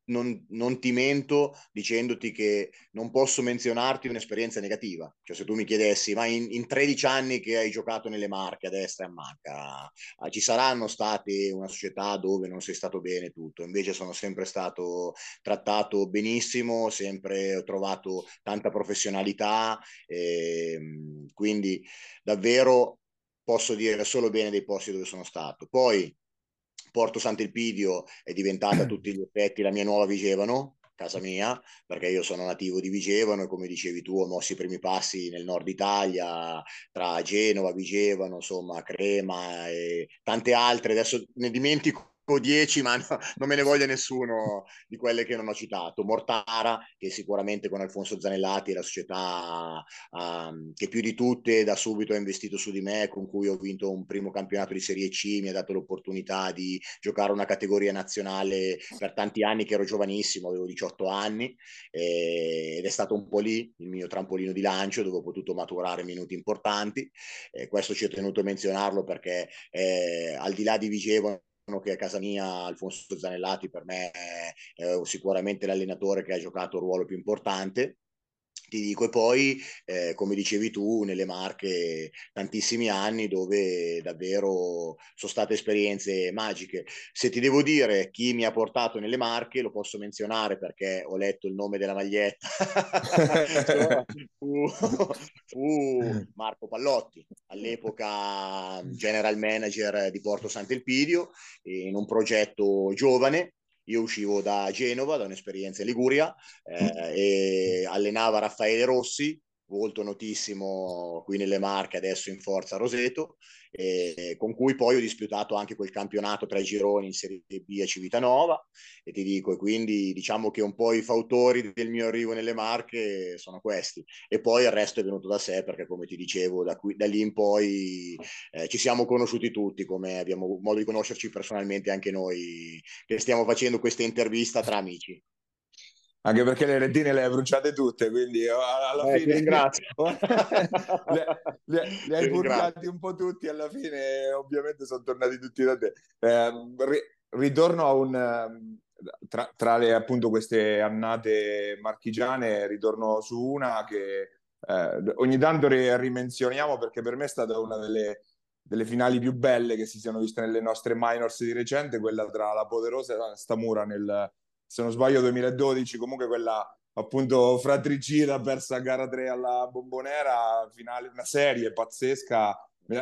non ti mento dicendoti che non posso menzionarti un'esperienza negativa. Cioè, se tu mi chiedessi, ma in 13 anni che hai giocato nelle Marche, a destra e a manca, ci saranno state una società dove non sei stato bene tutto? Invece sono sempre stato trattato benissimo, sempre ho trovato tanta professionalità, quindi davvero posso dire solo bene dei posti dove sono stato. Poi Porto Sant'Elpidio è diventata a tutti gli effetti la mia nuova Vigevano, casa mia, perché io sono nativo di Vigevano e come dicevi tu ho mosso i primi passi nel nord Italia, tra Genova, Vigevano, insomma, Crema e tante altre. Adesso ne dimentico 10, ma non me ne voglia nessuno di quelle che non ho citato. Mortara, che sicuramente con Alfonso Zanellati è la società che più di tutte da subito ha investito su di me, con cui ho vinto un primo campionato di Serie C, mi ha dato l'opportunità di giocare una categoria nazionale per tanti anni, che ero giovanissimo, avevo 18 anni, ed è stato un po' lì il mio trampolino di lancio dove ho potuto maturare minuti importanti. Questo ci ho tenuto a menzionarlo perché al di là di Vigevano, che a casa mia, Alfonso Zanellati per me è sicuramente l'allenatore che ha giocato il ruolo più importante. Ti dico, e poi, come dicevi tu, nelle Marche tantissimi anni dove davvero sono state esperienze magiche. Se ti devo dire chi mi ha portato nelle Marche, lo posso menzionare perché ho letto il nome della maglietta. fu Marco Pallotti, all'epoca general manager di Porto Sant'Elpidio, in un progetto giovane. Io uscivo da Genova, da un'esperienza in Liguria, e allenava Raffaele Rossi, volto notissimo qui nelle Marche, adesso in Forza Roseto, con cui poi ho disputato anche quel campionato tra i gironi in Serie B a Civitanova, e ti dico, e quindi diciamo che un po' i fautori del mio arrivo nelle Marche sono questi, e poi il resto è venuto da sé, perché come ti dicevo, da lì in poi ci siamo conosciuti tutti, come abbiamo modo di conoscerci personalmente anche noi che stiamo facendo questa intervista tra amici. Anche perché le retine le hai bruciate tutte, quindi alla Ti fine ringrazio. li hai purgati un po' tutti, alla fine ovviamente sono tornati tutti da te. Ritorno a tra le, appunto, queste annate marchigiane, ritorno su una che ogni tanto rimenzioniamo perché per me è stata una delle finali più belle che si siano viste nelle nostre minors di recente, quella tra la Poderosa e la Stamura se non sbaglio 2012, comunque quella appunto fratricida persa a gara 3 alla Bombonera, finale, una serie pazzesca.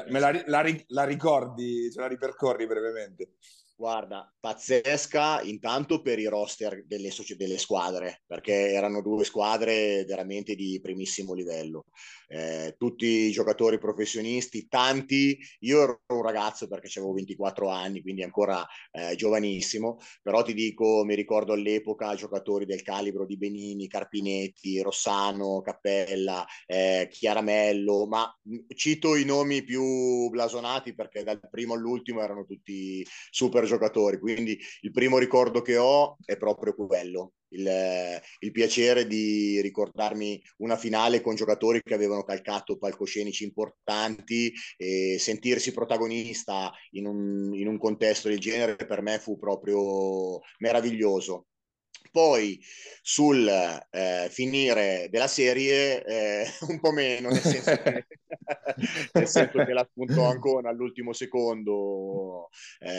La ricordi, ce la ripercorri brevemente? Guarda, pazzesca intanto per i roster delle squadre, perché erano due squadre veramente di primissimo livello. Tutti i giocatori professionisti, tanti. Io ero un ragazzo perché avevo 24 anni, quindi ancora giovanissimo, però ti dico, mi ricordo all'epoca giocatori del calibro di Benini, Carpinetti, Rossano, Cappella, Chiaramello, ma cito i nomi più blasonati perché dal primo all'ultimo erano tutti super giocatori, quindi il primo ricordo che ho è proprio quello, il piacere di ricordarmi una finale con giocatori che avevano calcato palcoscenici importanti, e sentirsi protagonista in un contesto del genere per me fu proprio meraviglioso. Poi sul finire della serie un po' meno, nel senso che la spuntò ancora all'ultimo secondo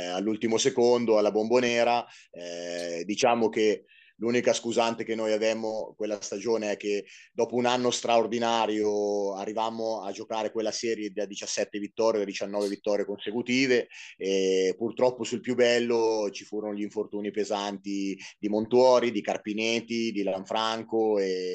alla Bombonera. Diciamo che l'unica scusante che noi avevamo quella stagione è che dopo un anno straordinario arrivammo a giocare quella serie da 17 vittorie, da 19 vittorie consecutive, e purtroppo sul più bello ci furono gli infortuni pesanti di Montuori, di Carpinetti, di Lanfranco,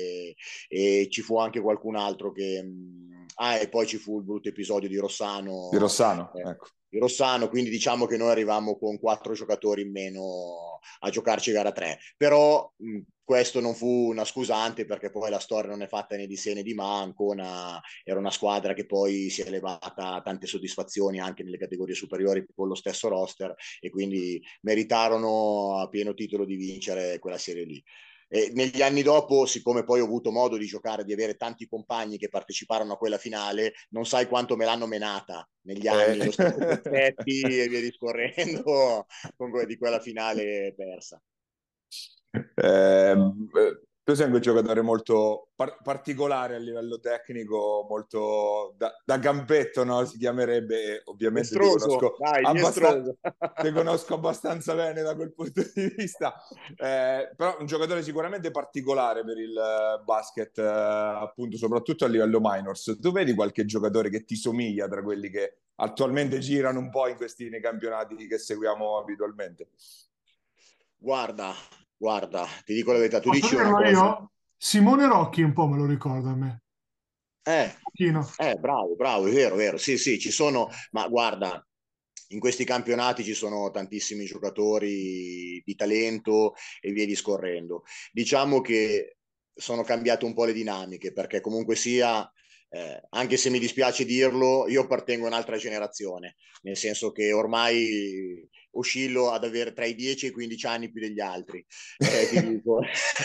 e ci fu anche qualcun altro che... e poi ci fu il brutto episodio di Rossano. Di Rossano, ecco. Di Rossano, quindi diciamo che noi arrivammo con 4 giocatori in meno a giocarci gara 3, però questo non fu una scusante, perché poi la storia non è fatta né di sé né di ma. Ancona era una squadra che poi si è elevata a tante soddisfazioni anche nelle categorie superiori con lo stesso roster, e quindi meritarono a pieno titolo di vincere quella serie lì. E negli anni dopo, siccome poi ho avuto modo di giocare, di avere tanti compagni che parteciparono a quella finale, non sai quanto me l'hanno menata negli anni, lo stesso Pozzetti e via discorrendo di quella finale persa. Tu sei un giocatore molto particolare a livello tecnico, molto da campetto, no? Si chiamerebbe, ovviamente Diestroso, dai, diestroso. ti conosco abbastanza bene da quel punto di vista, però un giocatore sicuramente particolare per il basket, appunto, soprattutto a livello minors. Tu vedi qualche giocatore che ti somiglia tra quelli che attualmente girano un po' in questi nei campionati che seguiamo abitualmente? Guarda, guarda, ti dico la verità, tu Posso dici una dirlo cosa. io? Simone Rocchi un po' me lo ricorda a me. Eh, Un pochino. bravo, bravo, è vero, vero. Sì, sì, ci sono, ma guarda, in questi campionati ci sono tantissimi giocatori di talento e via discorrendo. Diciamo che sono cambiate un po' le dinamiche, perché comunque sia, anche se mi dispiace dirlo, io appartengo a un'altra generazione, nel senso che ormai oscillo ad avere tra i 10 e i 15 anni più degli altri. Ti dico.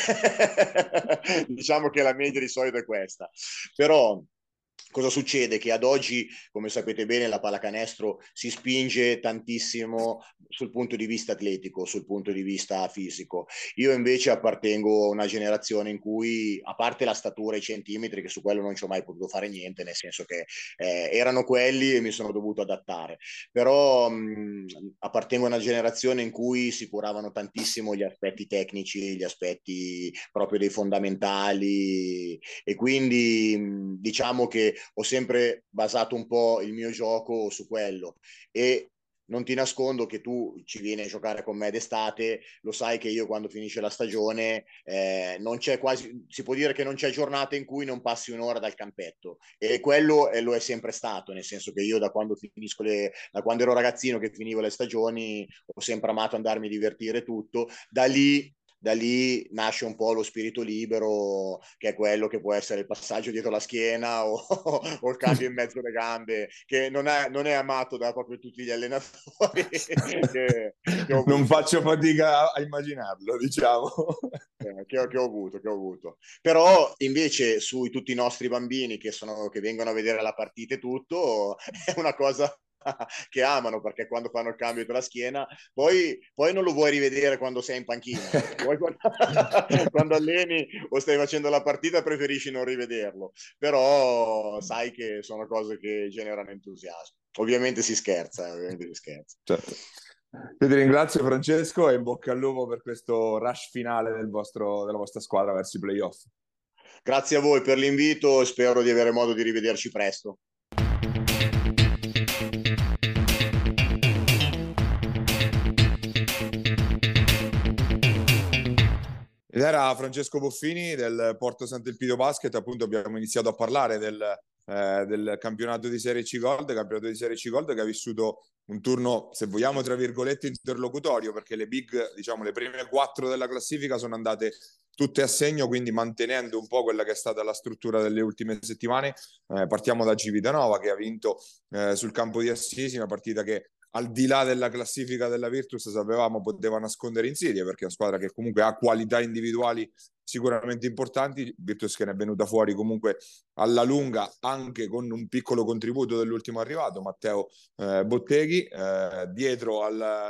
Diciamo che la media di solito è questa. Però cosa succede? Che ad oggi, come sapete bene, la pallacanestro si spinge tantissimo sul punto di vista atletico, sul punto di vista fisico. Io invece appartengo a una generazione in cui, a parte la statura e i centimetri, che su quello non ci ho mai potuto fare niente, nel senso che erano quelli e mi sono dovuto adattare. Però appartengo a una generazione in cui si curavano tantissimo gli aspetti tecnici, gli aspetti proprio dei fondamentali, e quindi diciamo che ho sempre basato un po' il mio gioco su quello. E non ti nascondo che tu ci vieni a giocare con me d'estate, lo sai che io quando finisce la stagione non c'è quasi, si può dire che non c'è giornata in cui non passi un'ora dal campetto, e quello lo è sempre stato, nel senso che io da quando da quando ero ragazzino che finivo le stagioni ho sempre amato andarmi a divertire tutto. Da lì nasce un po' lo spirito libero, che è quello che può essere il passaggio dietro la schiena o il cambio in mezzo alle gambe, che non è amato da proprio tutti gli allenatori che ho Non avuto. faccio fatica a immaginarlo, diciamo. Che ho avuto, che ho avuto. Però invece su tutti i nostri bambini che vengono a vedere la partita e tutto, è una cosa che amano, perché quando fanno il cambio tra la schiena, poi non lo vuoi rivedere quando sei in panchina. Poi quando alleni o stai facendo la partita preferisci non rivederlo, però sai che sono cose che generano entusiasmo. Ovviamente si scherza, ovviamente si scherza. Certo. Io ti ringrazio Francesco e in bocca al lupo per questo rush finale della vostra squadra verso i playoff. Grazie a voi per l'invito, spero di avere modo di rivederci presto. Ed era Francesco Boffini del Porto Sant'Elpidio Basket. Appunto abbiamo iniziato a parlare del campionato di Serie C Gold, che ha vissuto un turno, se vogliamo, tra virgolette, interlocutorio, perché le big, diciamo, le prime 4 della classifica sono andate tutte a segno, quindi mantenendo un po' quella che è stata la struttura delle ultime settimane. Partiamo da Civitanova, che ha vinto sul campo di Assisi, una partita che al di là della classifica della Virtus sapevamo poteva nascondere insidie, perché è una squadra che comunque ha qualità individuali sicuramente importanti. Virtus che ne è venuta fuori comunque alla lunga, anche con un piccolo contributo dell'ultimo arrivato, Matteo Botteghi. Dietro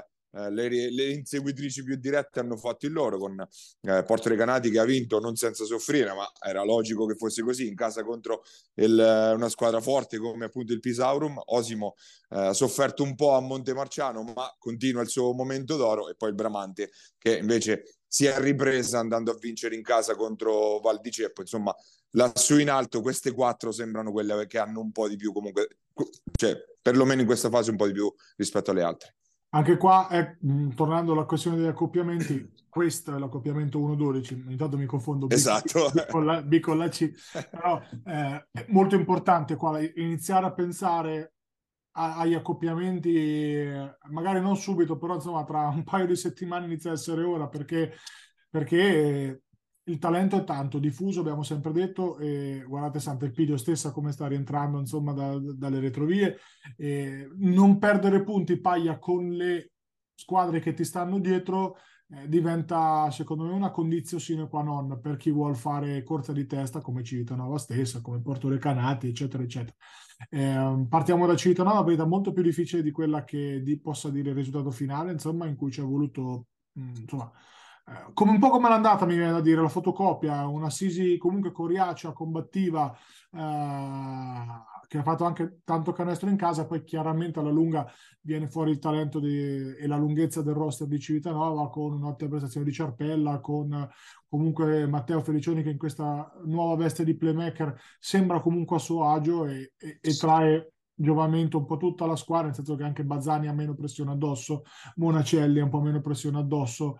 le inseguitrici più dirette hanno fatto il loro, con Porto Recanati che ha vinto non senza soffrire, ma era logico che fosse così, in casa contro una squadra forte come appunto il Pisaurum. Osimo ha sofferto un po' a Montemarciano, ma continua il suo momento d'oro, e poi il Bramante che invece si è ripresa andando a vincere in casa contro Val di Ceppo. Insomma, lassù in alto queste 4 sembrano quelle che hanno un po' di più, comunque, cioè perlomeno in questa fase un po' di più rispetto alle altre. Anche qua, tornando alla questione degli accoppiamenti, questo è l'accoppiamento 1-12, intanto mi confondo Esatto. B con la C, però è molto importante qua iniziare a pensare agli accoppiamenti, magari non subito, però insomma tra un paio di settimane inizia a essere ora, perché il talento è tanto diffuso, abbiamo sempre detto, e guardate Sant'Elpidio stessa come sta rientrando insomma dalle retrovie. Non perdere punti paglia con le squadre che ti stanno dietro diventa secondo me una condizione sine qua non per chi vuol fare corsa di testa come Civitanova stessa, come Porto Recanati, eccetera eccetera. Partiamo da Civitanova, verità molto più difficile di quella che possa dire il risultato finale, insomma, in cui ci è voluto insomma come un po' come l'è andata, mi viene da dire, la fotocopia, una Sisi comunque coriacea, combattiva, che ha fatto anche tanto canestro in casa, poi chiaramente alla lunga viene fuori il talento e la lunghezza del roster di Civitanova, con un'ottima prestazione di Ciarpella, con comunque Matteo Felicioni che in questa nuova veste di playmaker sembra comunque a suo agio e trae giovamento un po' tutta la squadra, nel senso che anche Bazzani ha meno pressione addosso, Monacelli ha un po' meno pressione addosso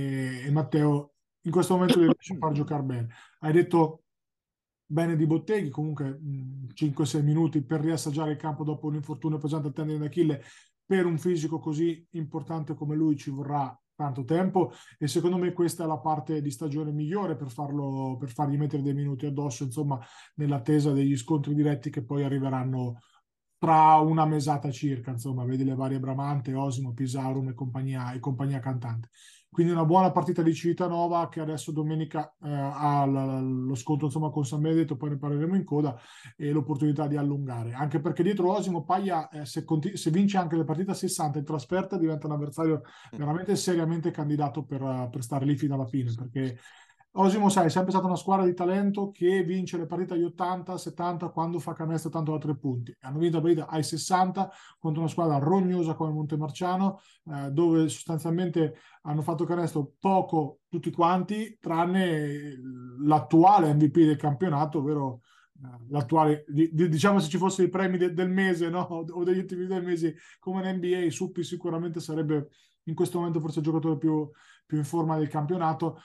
e Matteo in questo momento li riesce a far giocare bene. Hai detto bene di Botteghi, comunque 5-6 minuti per riassaggiare il campo dopo un infortunio pesante al tendine d'Achille, per un fisico così importante come lui ci vorrà tanto tempo e secondo me questa è la parte di stagione migliore per fargli mettere dei minuti addosso, insomma, nell'attesa degli scontri diretti che poi arriveranno tra una mesata circa, insomma, vedi le varie Bramante, Osimo, Pisaurum e compagnia cantante. Quindi una buona partita di Civitanova che adesso domenica ha lo scontro insomma con San Benedetto, poi ne parleremo in coda, e l'opportunità di allungare. Anche perché dietro Osimo Paglia, se vince anche le partite a 60 in trasferta, diventa un avversario veramente seriamente candidato per stare lì fino alla fine, perché Osimo, sai, è sempre stata una squadra di talento che vince le partite agli 80, 70 quando fa canestro tanto da 3 punti. Hanno vinto la partita ai 60 contro una squadra rognosa come Montemarciano, dove sostanzialmente hanno fatto canestro poco tutti quanti, tranne l'attuale MVP del campionato, ovvero l'attuale, diciamo se ci fossero i premi del mese, no? O degli ultimi 2 mesi come in NBA, Suppi sicuramente sarebbe in questo momento forse il giocatore più in forma del campionato.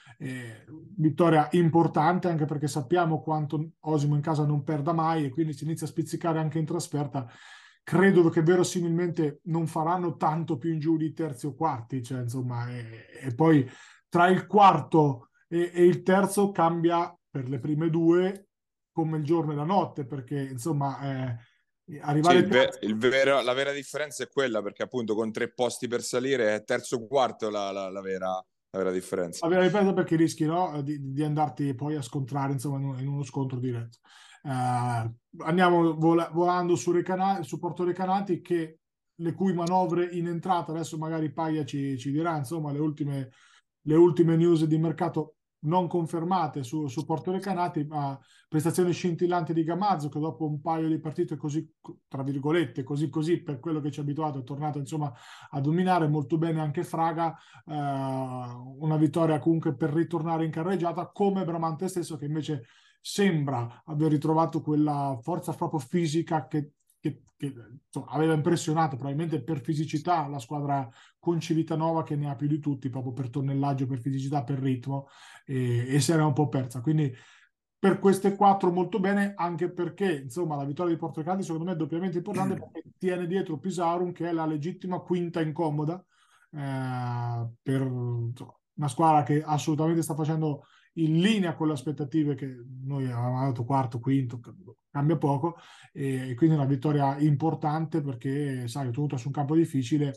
Vittoria importante anche perché sappiamo quanto Osimo in casa non perda mai e quindi si inizia a spizzicare anche in trasferta. Credo che verosimilmente non faranno tanto più in giù di terzi o quarti, cioè, insomma, e poi tra il quarto e il terzo cambia per le prime due come il giorno e la notte, perché insomma Sì, arrivare terzo. la vera differenza è quella, perché appunto con 3 posti per salire è terzo quarto la vera differenza. La ripresa perché rischi, no, di andarti poi a scontrare insomma in uno scontro diretto. Andiamo volando su Porto Recanati, che le cui manovre in entrata adesso magari Paglia ci dirà insomma le ultime news di mercato non confermate su Porto Recanati, ma prestazione scintillante di Gamazzo che dopo un paio di partite così, tra virgolette, così per quello che ci ha abituato è tornato insomma a dominare molto bene anche Fraga, una vittoria comunque per ritornare in carreggiata, come Bramante stesso che invece sembra aver ritrovato quella forza proprio fisica che insomma, aveva impressionato probabilmente per fisicità la squadra con Civitanova, che ne ha più di tutti proprio per tonnellaggio, per fisicità, per ritmo, e si era un po' persa. Quindi per queste 4 molto bene, anche perché insomma la vittoria di Porto Recanati secondo me è doppiamente importante perché tiene dietro Pisaurum, che è la legittima quinta incomoda, per insomma, una squadra che assolutamente sta facendo in linea con le aspettative che noi avevamo dato, quarto, quinto, cambia poco, e quindi una vittoria importante perché sai, è tenuta su un campo difficile,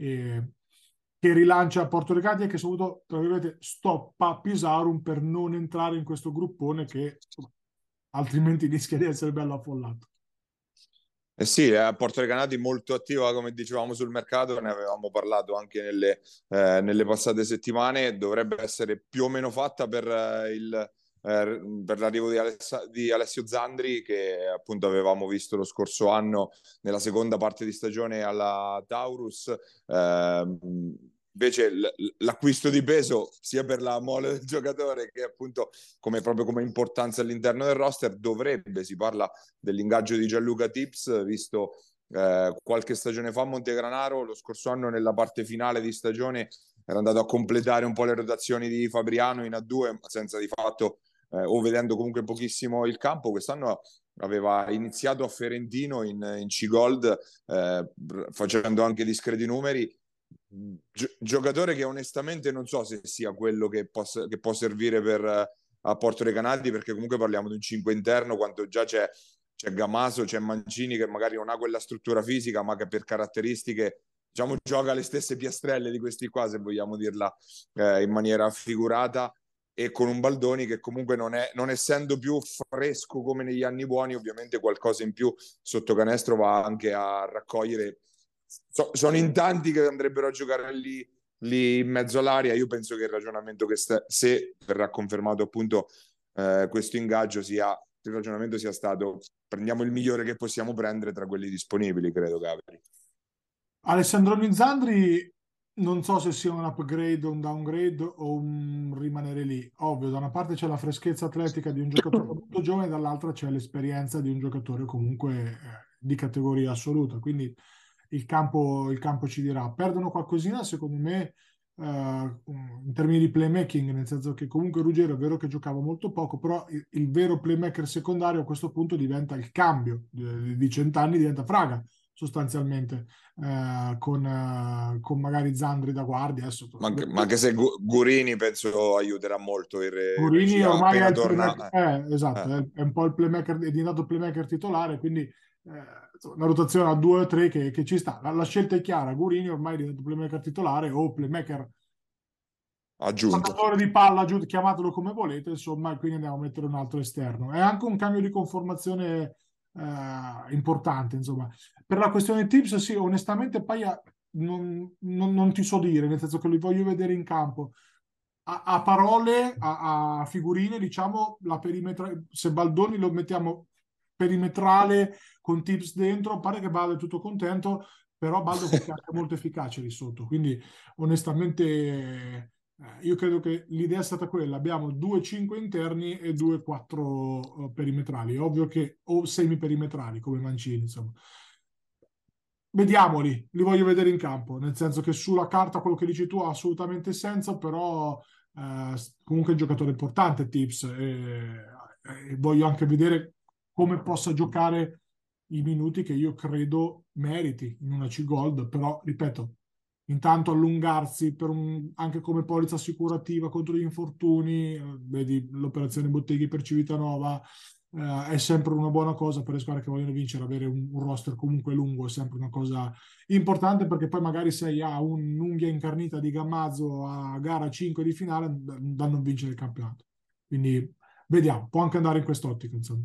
che rilancia Porto Recanati e che soprattutto, tra virgolette, stoppa Pisaurum per non entrare in questo gruppone che insomma, altrimenti rischia di essere bello affollato. Eh sì, Porto Recanati molto attiva, come dicevamo, sul mercato, ne avevamo parlato anche nelle passate settimane, dovrebbe essere più o meno fatta per l'arrivo di Alessio Zandri, che appunto avevamo visto lo scorso anno nella seconda parte di stagione alla Taurus. Invece l'acquisto di peso sia per la mole del giocatore che appunto proprio come importanza all'interno del roster si parla dell'ingaggio di Gianluca Tips, visto qualche stagione fa a Montegranaro, lo scorso anno nella parte finale di stagione era andato a completare un po' le rotazioni di Fabriano in A2, ma senza di fatto o vedendo comunque pochissimo il campo. Quest'anno aveva iniziato a Ferentino in C-Gold, facendo anche discreti numeri. Giocatore che onestamente non so se sia quello che può servire a Porto Recanati, perché comunque parliamo di un 5 interno, quanto già c'è Gamaso, c'è Mancini che magari non ha quella struttura fisica, ma che per caratteristiche diciamo gioca le stesse piastrelle di questi qua, se vogliamo dirla in maniera figurata, e con un Baldoni che comunque non essendo più fresco come negli anni buoni, ovviamente qualcosa in più sotto canestro va anche a raccogliere. Sono in tanti che andrebbero a giocare lì lì in mezzo all'aria. Io penso che il ragionamento se verrà confermato appunto questo ingaggio, il ragionamento sia stato: prendiamo il migliore che possiamo prendere tra quelli disponibili, credo, Gabri. Alessandro Nizzandri non so se sia un upgrade o un downgrade o un rimanere lì. Ovvio, da una parte c'è la freschezza atletica di un giocatore molto giovane, dall'altra c'è l'esperienza di un giocatore comunque di categoria assoluta. Quindi il campo ci dirà. Perdono qualcosina, secondo me, in termini di playmaking, nel senso che comunque Ruggero è vero che giocava molto poco, però il vero playmaker secondario a questo punto diventa il cambio di 100 anni, diventa Fraga sostanzialmente, con magari Zandri da guardia. Adesso, Ma anche se Gurini penso aiuterà molto il Gurini regia, ormai è appena il torna. playmaker, esatto, è un po' il playmaker, è diventato playmaker titolare, quindi una rotazione a 2 o 3 che ci sta. La scelta è chiara: Gurini ormai è diventato playmaker titolare o playmaker Aggiunto. passatore di palla, chiamatelo come volete, insomma, e quindi andiamo a mettere un altro esterno. È anche un cambio di conformazione importante, insomma. Per la questione tips, sì, onestamente Paia non ti so dire, nel senso che li voglio vedere in campo. A parole, a figurine, diciamo, la perimetra, se Baldoni lo mettiamo perimetrale con tips dentro, pare che Baldo è tutto contento, però Baldo è anche molto efficace lì sotto, quindi onestamente io credo che l'idea è stata quella: abbiamo 2-5 interni e 2-4 perimetrali, ovvio che, o semi-perimetrali come Mancini, insomma. Vediamoli, li voglio vedere in campo, nel senso che sulla carta quello che dici tu ha assolutamente senso, però comunque è un giocatore importante, Tips, e voglio anche vedere come possa giocare i minuti che io credo meriti in una C-Gold, però ripeto, intanto allungarsi anche come polizza assicurativa contro gli infortuni, vedi l'operazione Botteghi per Civitanova, è sempre una buona cosa per le squadre che vogliono vincere. Avere un roster comunque lungo è sempre una cosa importante, perché poi magari sei a un'unghia incarnita di Gammazzo a gara 5 di finale da non vincere il campionato. Quindi vediamo, può anche andare in quest'ottica, insomma.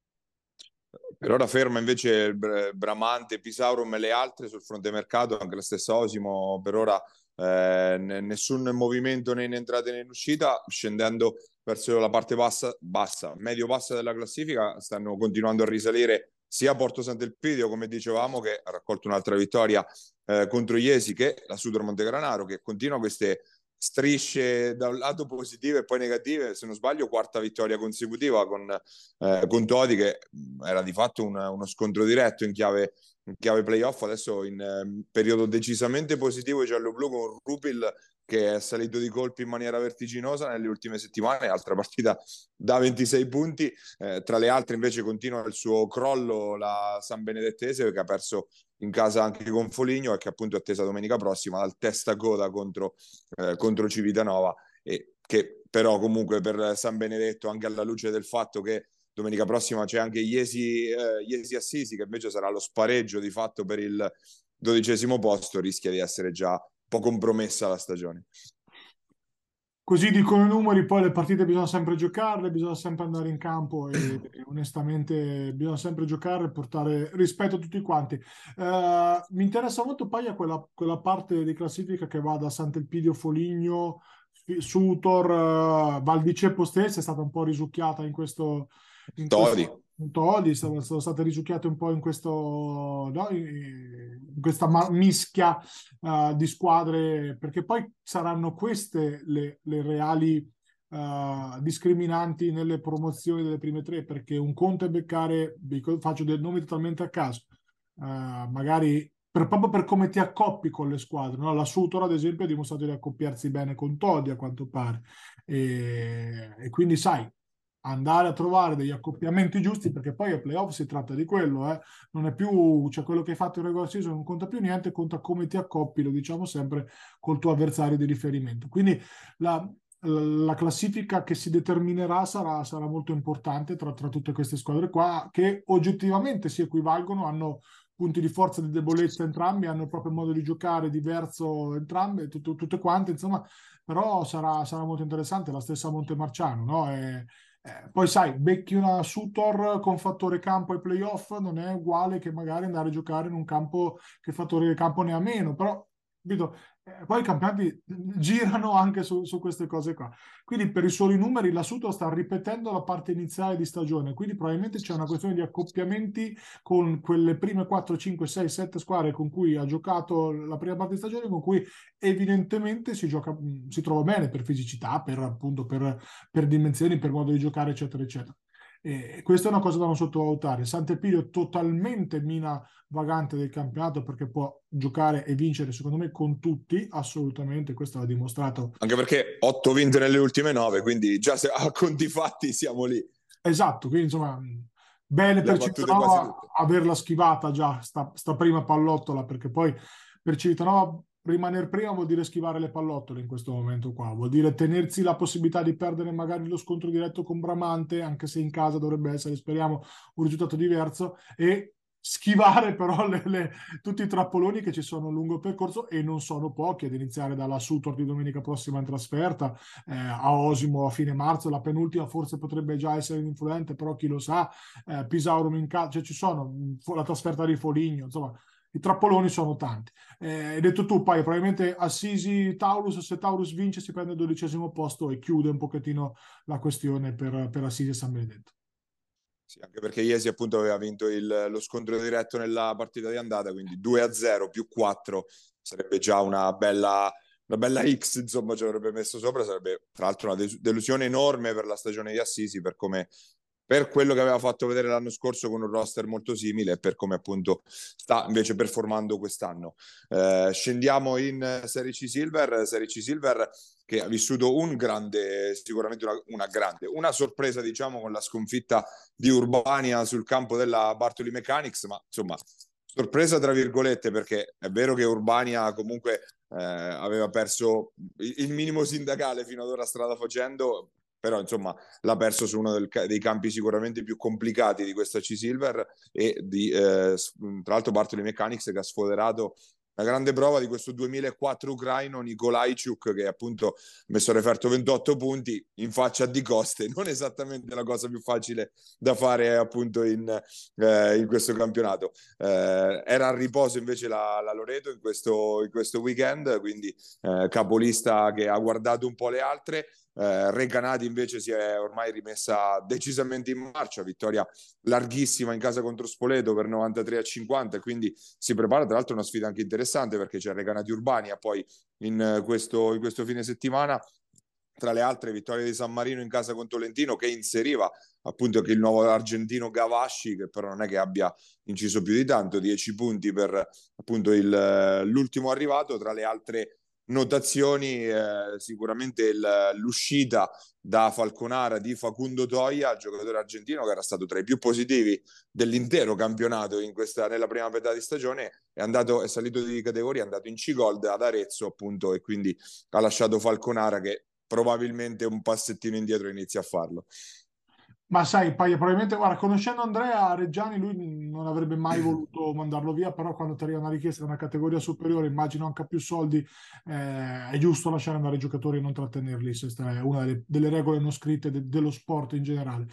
Per ora ferma invece Bramante, Pisaurum e le altre sul fronte mercato, anche la stessa Osimo per ora nessun movimento né in entrata né in uscita. Scendendo verso la parte medio-bassa della classifica, stanno continuando a risalire sia Porto Sant'Elpidio, come dicevamo, che ha raccolto un'altra vittoria contro Iesi, che la Sudor Montegranaro, che continua queste strisce da un lato positive e poi negative. Se non sbaglio, quarta vittoria consecutiva con Todi, che era di fatto uno scontro diretto in chiave playoff. Adesso in periodo decisamente positivo giallo-blu, con Rupil che è salito di colpi in maniera vertiginosa nelle ultime settimane, altra partita da 26 punti. Tra le altre invece continua il suo crollo la San Benedettese, che ha perso in casa anche con Foligno e che appunto è attesa domenica prossima dal testa coda contro Civitanova, e che però comunque per San Benedetto, anche alla luce del fatto che domenica prossima c'è anche Iesi Assisi, che invece sarà lo spareggio di fatto per il 12° posto, rischia di essere già un po' compromessa la stagione. Così dicono i numeri, poi le partite bisogna sempre giocarle, bisogna sempre andare in campo e onestamente bisogna sempre giocare e portare rispetto a tutti quanti. Mi interessa molto, Paia, quella parte di classifica che va da Sant'Elpidio, Foligno, Sutor, Val di Ceppo stessa è stata un po' risucchiata Todi, sono state risucchiate un po' in questo, no? In questa mischia di squadre, perché poi saranno queste le reali discriminanti nelle promozioni delle prime tre, perché un conto è beccare, faccio dei nomi totalmente a caso, magari proprio per come ti accoppi con le squadre, no? La Sutor ad esempio ha dimostrato di accoppiarsi bene con Todi, a quanto pare, e quindi sai, andare a trovare degli accoppiamenti giusti, perché poi ai playoff si tratta di quello, non è più, cioè quello che hai fatto in regular season non conta più niente, conta come ti accoppi, lo diciamo sempre, col tuo avversario di riferimento. Quindi la classifica che si determinerà sarà molto importante tra tutte queste squadre qua, che oggettivamente si equivalgono, hanno punti di forza e di debolezza entrambi, hanno il proprio modo di giocare diverso entrambe, tutte quante, insomma, però sarà molto interessante. La stessa Montemarciano, no? Poi sai, becchi una Sutor con fattore campo ai playoff, non è uguale che magari andare a giocare in un campo che fattore campo ne ha meno, però capito? Poi i campionati girano anche su queste cose qua. Quindi per i soli numeri l'Assuto sta ripetendo la parte iniziale di stagione, quindi probabilmente c'è una questione di accoppiamenti con quelle prime 4, 5, 6, 7 squadre con cui ha giocato la prima parte di stagione, con cui evidentemente si trova bene per fisicità, per appunto per dimensioni, per modo di giocare, eccetera, eccetera. E questa è una cosa da non sottovalutare. Sant'Epidio è totalmente mina vagante del campionato perché può giocare e vincere, secondo me, con tutti, assolutamente. Questo l'ha dimostrato. Anche perché 8 vinte nelle ultime 9, quindi già se a conti fatti siamo lì. Esatto, quindi insomma, bene per Civitanova averla schivata già, sta prima pallottola, perché poi per Civitanova rimanere prima vuol dire schivare le pallottole in questo momento qua, vuol dire tenersi la possibilità di perdere magari lo scontro diretto con Bramante, anche se in casa dovrebbe essere, speriamo, un risultato diverso, e schivare però tutti i trappoloni che ci sono lungo il percorso, e non sono pochi, ad iniziare dalla Sutor di domenica prossima in trasferta, a Osimo a fine marzo, la penultima forse potrebbe già essere influente, però chi lo sa, Pisaurum in casa, cioè ci sono la trasferta di Foligno, insomma i trappoloni sono tanti. Hai detto tu, poi probabilmente Assisi Taurus, se Taurus vince si prende il 12° posto e chiude un pochettino la questione per Assisi e San Benedetto. Sì, anche perché Iesi appunto aveva vinto lo scontro diretto nella partita di andata, quindi 2-0 più 4 sarebbe già una bella X, insomma, ci avrebbe messo sopra, sarebbe tra l'altro una delusione enorme per la stagione di Assisi, per quello che aveva fatto vedere l'anno scorso con un roster molto simile e per come appunto sta invece performando quest'anno. Scendiamo in Serie C Silver che ha vissuto sicuramente una sorpresa, diciamo, con la sconfitta di Urbania sul campo della Bartoli Mechanics, ma insomma sorpresa tra virgolette, perché è vero che Urbania comunque aveva perso il minimo sindacale fino ad ora strada facendo, però insomma l'ha perso su uno dei campi sicuramente più complicati di questa C-Silver e tra l'altro Bartoli Mechanics che ha sfoderato la grande prova di questo 2004 ucraino Nikolaichuk, che appunto ha messo a referto 28 punti in faccia a Di Coste, non esattamente la cosa più facile da fare appunto in questo campionato. Era a riposo invece la Loreto in questo weekend, quindi capolista che ha guardato un po' le altre. Recanati invece si è ormai rimessa decisamente in marcia, vittoria larghissima in casa contro Spoleto per 93-50, quindi si prepara tra l'altro una sfida anche interessante perché c'è Recanati Urbania poi in questo fine settimana. Tra le altre vittorie di San Marino in casa con Tolentino, che inseriva appunto anche il nuovo argentino Gavasci, che però non è che abbia inciso più di tanto, 10 punti per appunto l'ultimo arrivato. Tra le altre notazioni sicuramente l'uscita da Falconara di Facundo Toia, giocatore argentino che era stato tra i più positivi dell'intero campionato nella prima metà di stagione, è salito di categoria, è andato in C-Gold ad Arezzo appunto, e quindi ha lasciato Falconara che probabilmente un passettino indietro inizia a farlo. Ma sai, probabilmente, guarda, conoscendo Andrea Reggiani, lui non avrebbe mai voluto mandarlo via, però quando ti arriva una richiesta da una categoria superiore, immagino anche a più soldi, è giusto lasciare andare i giocatori e non trattenerli, questa è una delle regole non scritte dello sport in generale.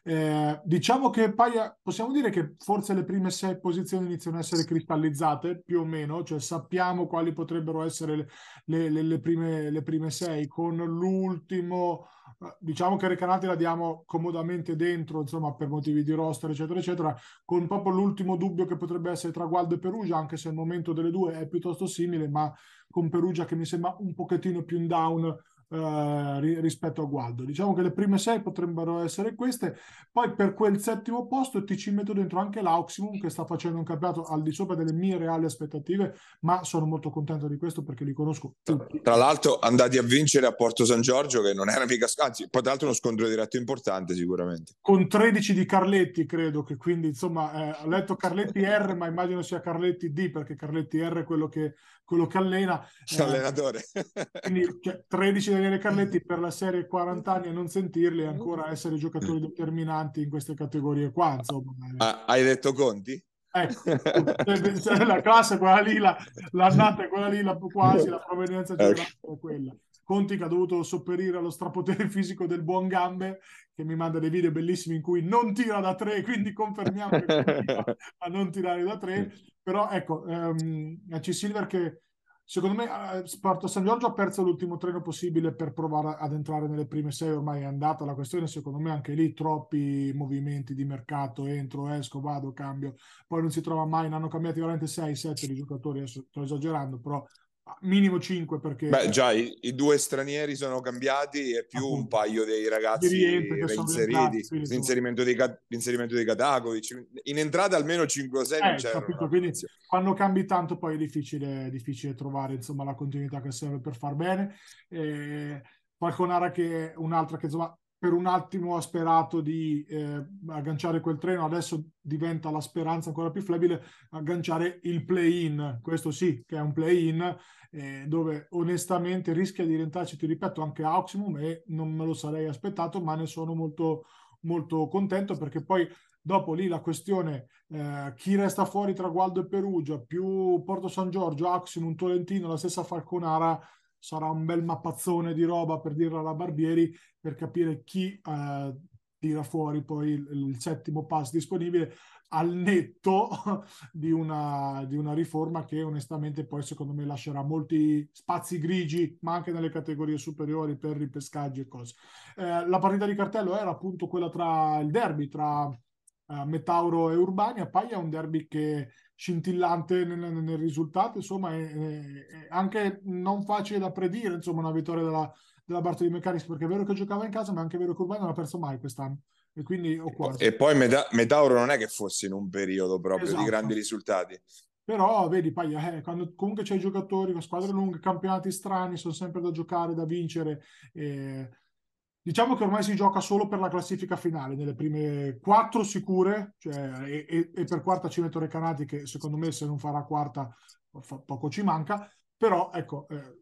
Diciamo che possiamo dire che forse le prime 6 posizioni iniziano a essere cristallizzate, più o meno, cioè sappiamo quali potrebbero essere le prime 6, con l'ultimo. Diciamo che Recanati la diamo comodamente dentro, insomma, per motivi di roster, eccetera, eccetera, con proprio l'ultimo dubbio che potrebbe essere tra Gualdo e Perugia, anche se il momento delle due è piuttosto simile, ma con Perugia che mi sembra un pochettino più in down rispetto a Gualdo. Diciamo che le prime 6 potrebbero essere queste. Poi per quel 7° posto ti ci metto dentro anche l'Auximum, che sta facendo un campionato al di sopra delle mie reali aspettative, ma sono molto contento di questo perché li conosco tutti. Tra l'altro andati a vincere a Porto San Giorgio, che non era mica, anzi poi tra l'altro uno scontro diretto importante sicuramente, con 13 di Carletti, credo che, quindi insomma ho letto Carletti R, ma immagino sia Carletti D, perché Carletti R è quello che allena, l'allenatore. Quindi 13 Daniele Carletti per la serie 40 anni e non sentirli, e ancora essere giocatori determinanti in queste categorie qua, insomma. Hai detto Conti? Ecco, la classe è quella lì, l'annata è quella lì, quasi la provenienza generale è quella. Conti che ha dovuto sopperire allo strapotere fisico del buon Gambe, che mi manda dei video bellissimi in cui non tira da 3, quindi confermiamo che continua a non tirare da 3. Però ecco, C Silver che secondo me Porto San Giorgio ha perso l'ultimo treno possibile per provare ad entrare nelle prime 6, ormai è andata la questione, secondo me anche lì troppi movimenti di mercato, entro, esco, vado, cambio, poi non si trova mai, ne hanno cambiati veramente 6-7 di giocatori, adesso sto esagerando, però minimo 5 perché... Beh, già i due stranieri sono cambiati e più appunto, un paio dei di ragazzi rientri che sono rientrati, reinseriti, quindi, l'inserimento di Katakovic. In entrata almeno 5 o 6 non c'erano. capito, quindi quando cambi tanto poi è difficile trovare insomma la continuità che serve per far bene. Falconara che è un'altra che insomma per un attimo ha sperato di agganciare quel treno, adesso diventa la speranza ancora più flebile, agganciare il play-in, questo sì che è un play-in, dove onestamente rischia di rientrarci, ti ripeto, anche Auximum, e non me lo sarei aspettato, ma ne sono molto, molto contento, perché poi dopo lì la questione chi resta fuori tra Gualdo e Perugia, più Porto San Giorgio, Auximum, Tolentino, la stessa Falconara, sarà un bel mappazzone di roba, per dirla alla Barbieri, per capire chi tira fuori poi il settimo pass disponibile, al netto di una riforma che onestamente poi secondo me lascerà molti spazi grigi, ma anche nelle categorie superiori per ripescaggi e cose. La partita di cartello era appunto quella tra il derby tra Metauro e Urbania, poi è un derby che scintillante nel risultato, insomma è anche non facile da predire, insomma, una vittoria della Bartoli Mechanics, perché è vero che giocava in casa, ma è anche vero che Urbania non ha perso mai quest'anno, e quindi o quasi. E poi Metauro non è che fosse in un periodo proprio di grandi risultati. Però vedi, poi quando comunque c'hai giocatori con squadre lunghe, campionati strani, sono sempre da giocare, da vincere. Diciamo che ormai si gioca solo per la classifica finale, nelle prime 4 sicure, cioè, e per quarta ci metto Recanati, che secondo me se non farà quarta poco ci manca, però ecco,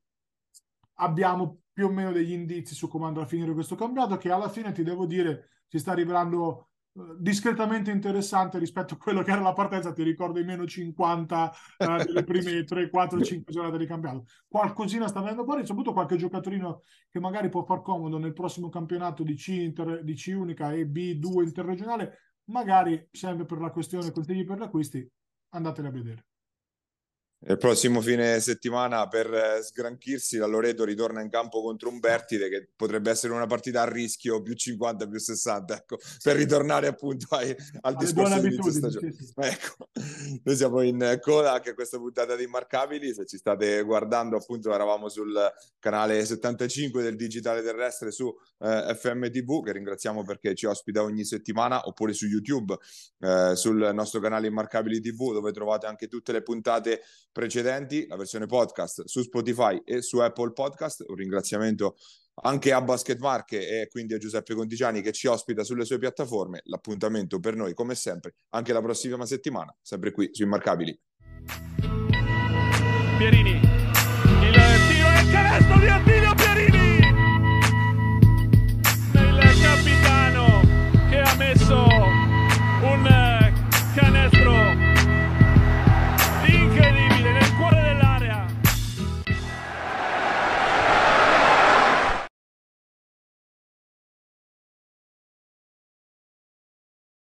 abbiamo più o meno degli indizi su come andrà a finire questo campionato, che alla fine ti devo dire si sta rivelando discretamente interessante rispetto a quello che era la partenza. Ti ricordo i meno 50 delle prime 3, 4, 5 giornate di campionato. Qualcosina sta venendo fuori, soprattutto qualche giocatorino che magari può far comodo nel prossimo campionato di C unica e B2 interregionale, magari sempre per la questione consigli per gli acquisti, andateli a vedere. Il prossimo fine settimana, per sgranchirsi, la Loreto ritorna in campo contro un Bertide, che potrebbe essere una partita a rischio più 50 più 60, ecco, per ritornare appunto al discorso di inizio stagione. Sì. Ecco, noi siamo in coda anche a questa puntata di Immarcabili. Se ci state guardando, appunto, eravamo sul canale 75 del digitale terrestre su FM TV, che ringraziamo perché ci ospita ogni settimana, oppure su YouTube, sul nostro canale Immarcabili TV, dove trovate anche tutte le puntate precedenti, la versione podcast su Spotify e su Apple Podcast. Un ringraziamento anche a Basket Marche e quindi a Giuseppe Contigiani, che ci ospita sulle sue piattaforme. L'appuntamento per noi, come sempre, anche la prossima settimana, sempre qui su Immarcabili. Pierini, il tiro e il canestro di Attila.